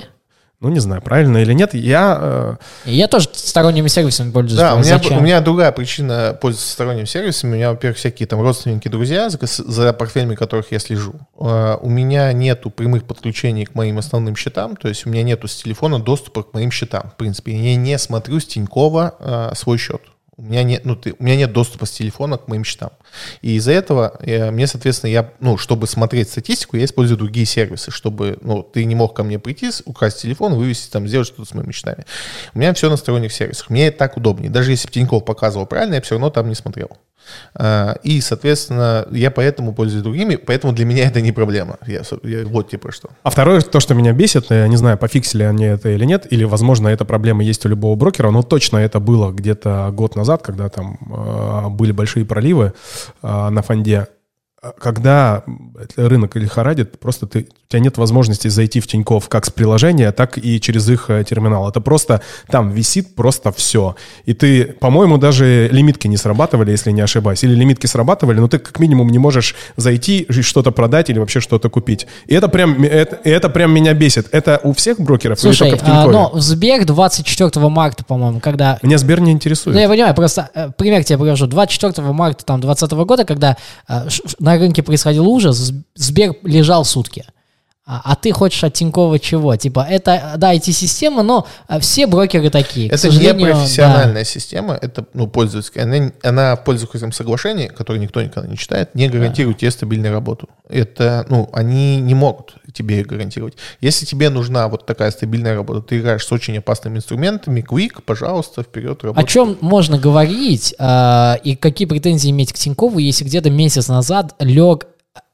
Не знаю, правильно или нет. Я тоже сторонними сервисами пользуюсь. Да, у меня другая причина пользоваться сторонними сервисами. У меня, во-первых, всякие там родственники, друзья, за портфелями которых я слежу. У меня нету прямых подключений к моим основным счетам. То есть у меня нету с телефона доступа к моим счетам. В принципе, я не смотрю с Тинькова свой счет. У меня нет доступа с телефона к моим счетам. И из-за этого мне, соответственно, чтобы смотреть статистику, я использую другие сервисы, чтобы ты не мог ко мне прийти, украсть телефон, вывести, сделать что-то с моими счетами. У меня все на сторонних сервисах. Мне так удобнее. Даже если бы Тинькофф показывал правильно, я все равно там не смотрел. И, соответственно, я поэтому пользуюсь другими, поэтому для меня это не проблема. Я вот типа что. А второе, то, что меня бесит, я не знаю, пофиксили они это или нет, или, возможно, эта проблема есть у любого брокера, но точно это было где-то год назад, когда там были большие проливы на фонде. Когда рынок лихорадит, просто у тебя нет возможности зайти в Тинькофф как с приложения, так и через их терминал. Это просто там висит просто все. И ты, по-моему, даже лимитки не срабатывали, если не ошибаюсь. Или лимитки срабатывали, но ты как минимум не можешь зайти, что-то продать или вообще что-то купить. И это прям меня бесит. Это у всех брокеров? Слушай, или только в Тинькове? но в Сбер 24 марта, по-моему, когда... Меня Сбер не интересует. Ну, я понимаю, просто пример тебе покажу. 24 марта 2020 года, когда на рынке происходил ужас, Сбер лежал сутки. А ты хочешь от Тинькова чего? Типа, это, да, IT-система, но все брокеры такие. Это не профессиональная система, это пользовательская. Она в пользовательском соглашении, которое никто никогда не читает, не гарантирует тебе стабильную работу. Это, они не могут тебе гарантировать. Если тебе нужна вот такая стабильная работа, ты играешь с очень опасными инструментами, Quick, пожалуйста, вперед работай. О чем можно говорить и какие претензии иметь к Тинькову, если где-то месяц назад лег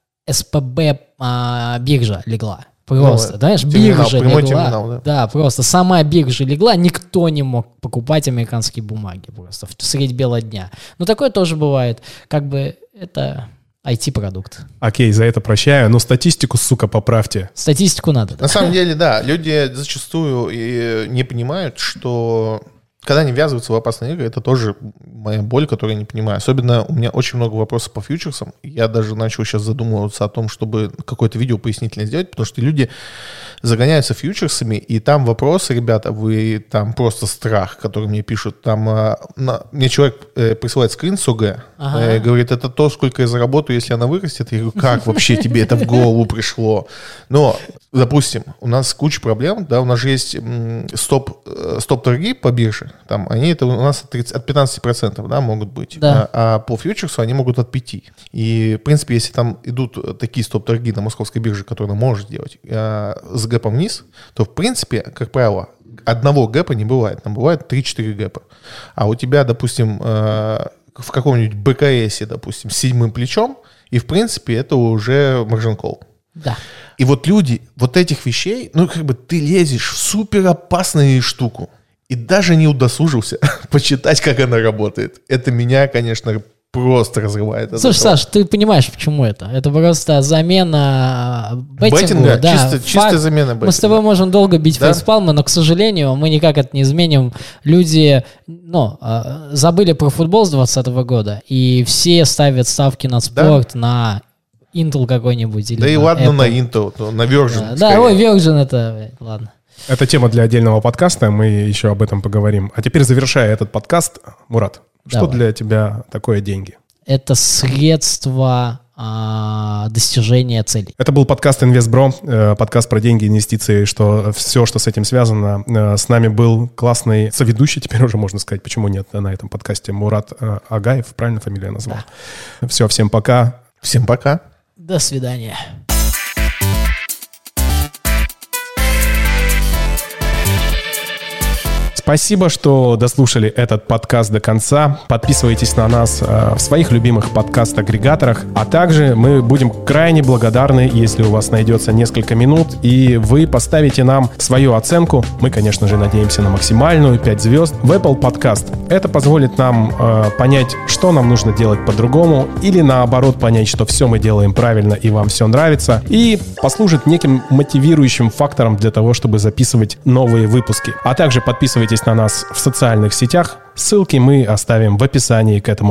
СПБ биржа легла. Просто, знаешь, биржа легла. Терминал, да, просто сама биржа легла, никто не мог покупать американские бумаги просто средь бела дня. Но такое тоже бывает. Как бы это IT-продукт. Окей, за это прощаю, но статистику, сука, поправьте. Статистику надо. На самом деле, да, люди зачастую не понимают, что... Когда они ввязываются в опасные игры, это тоже моя боль, которую я не понимаю. Особенно у меня очень много вопросов по фьючерсам. Я даже начал сейчас задумываться о том, чтобы какое-то видео пояснительное сделать, потому что люди загоняются фьючерсами, и там вопросы, ребята, вы там просто страх, который мне пишут. Там мне человек присылает скрин с ОГ, говорит, это то, сколько я заработаю, если она вырастет. Я говорю, как вообще тебе это в голову пришло? Но, допустим, у нас куча проблем, да, у нас же есть стоп-торги по бирже. Там они это у нас от 15%, да, могут быть. Да. А по фьючерсу они могут от 5%. И, в принципе, если там идут такие стоп-торги на московской бирже, которые она может делать, с гэпом вниз, то, в принципе, как правило, одного гэпа не бывает. Там бывает 3-4 гэпа. А у тебя, допустим, в каком-нибудь БКСе, допустим, с 7 плечом, и, в принципе, это уже margin call. Да. И вот люди, вот этих вещей, ты лезешь в супер опасную штуку. И даже не удосужился почитать, как она работает. Это меня, конечно, просто разрывает. Слушай, Саш, ты понимаешь, почему это? Это просто замена беттинга. Да, чистая замена беттинга. Мы с тобой можем долго бить фейспалмы, но, к сожалению, мы никак это не изменим. Люди, забыли про футбол с 2020 года, и все ставят ставки на спорт, на Intel какой-нибудь. Или да и ладно Apple. на Intel, на Virgin. Да, Virgin это, ладно. Это тема для отдельного подкаста, мы еще об этом поговорим. А теперь, завершая этот подкаст, Мурат, что для тебя такое деньги? Это средство достижения целей. Это был подкаст InvestBro, подкаст про деньги, инвестиции, все, что с этим связано. С нами был классный соведущий, теперь уже можно сказать, почему нет на этом подкасте, Мурат Агаев, правильно фамилию назвал? Да. Все, всем пока. Всем пока. До свидания. Спасибо, что дослушали этот подкаст до конца. Подписывайтесь на нас в своих любимых подкаст-агрегаторах. А также мы будем крайне благодарны, если у вас найдется несколько минут, и вы поставите нам свою оценку. Мы, конечно же, надеемся на максимальную 5 звезд в Apple Podcast. Это позволит нам понять, что нам нужно делать по-другому, или наоборот понять, что все мы делаем правильно и вам все нравится, и послужит неким мотивирующим фактором для того, чтобы записывать новые выпуски. А также подписывайтесь на нас в социальных сетях. Ссылки мы оставим в описании к этому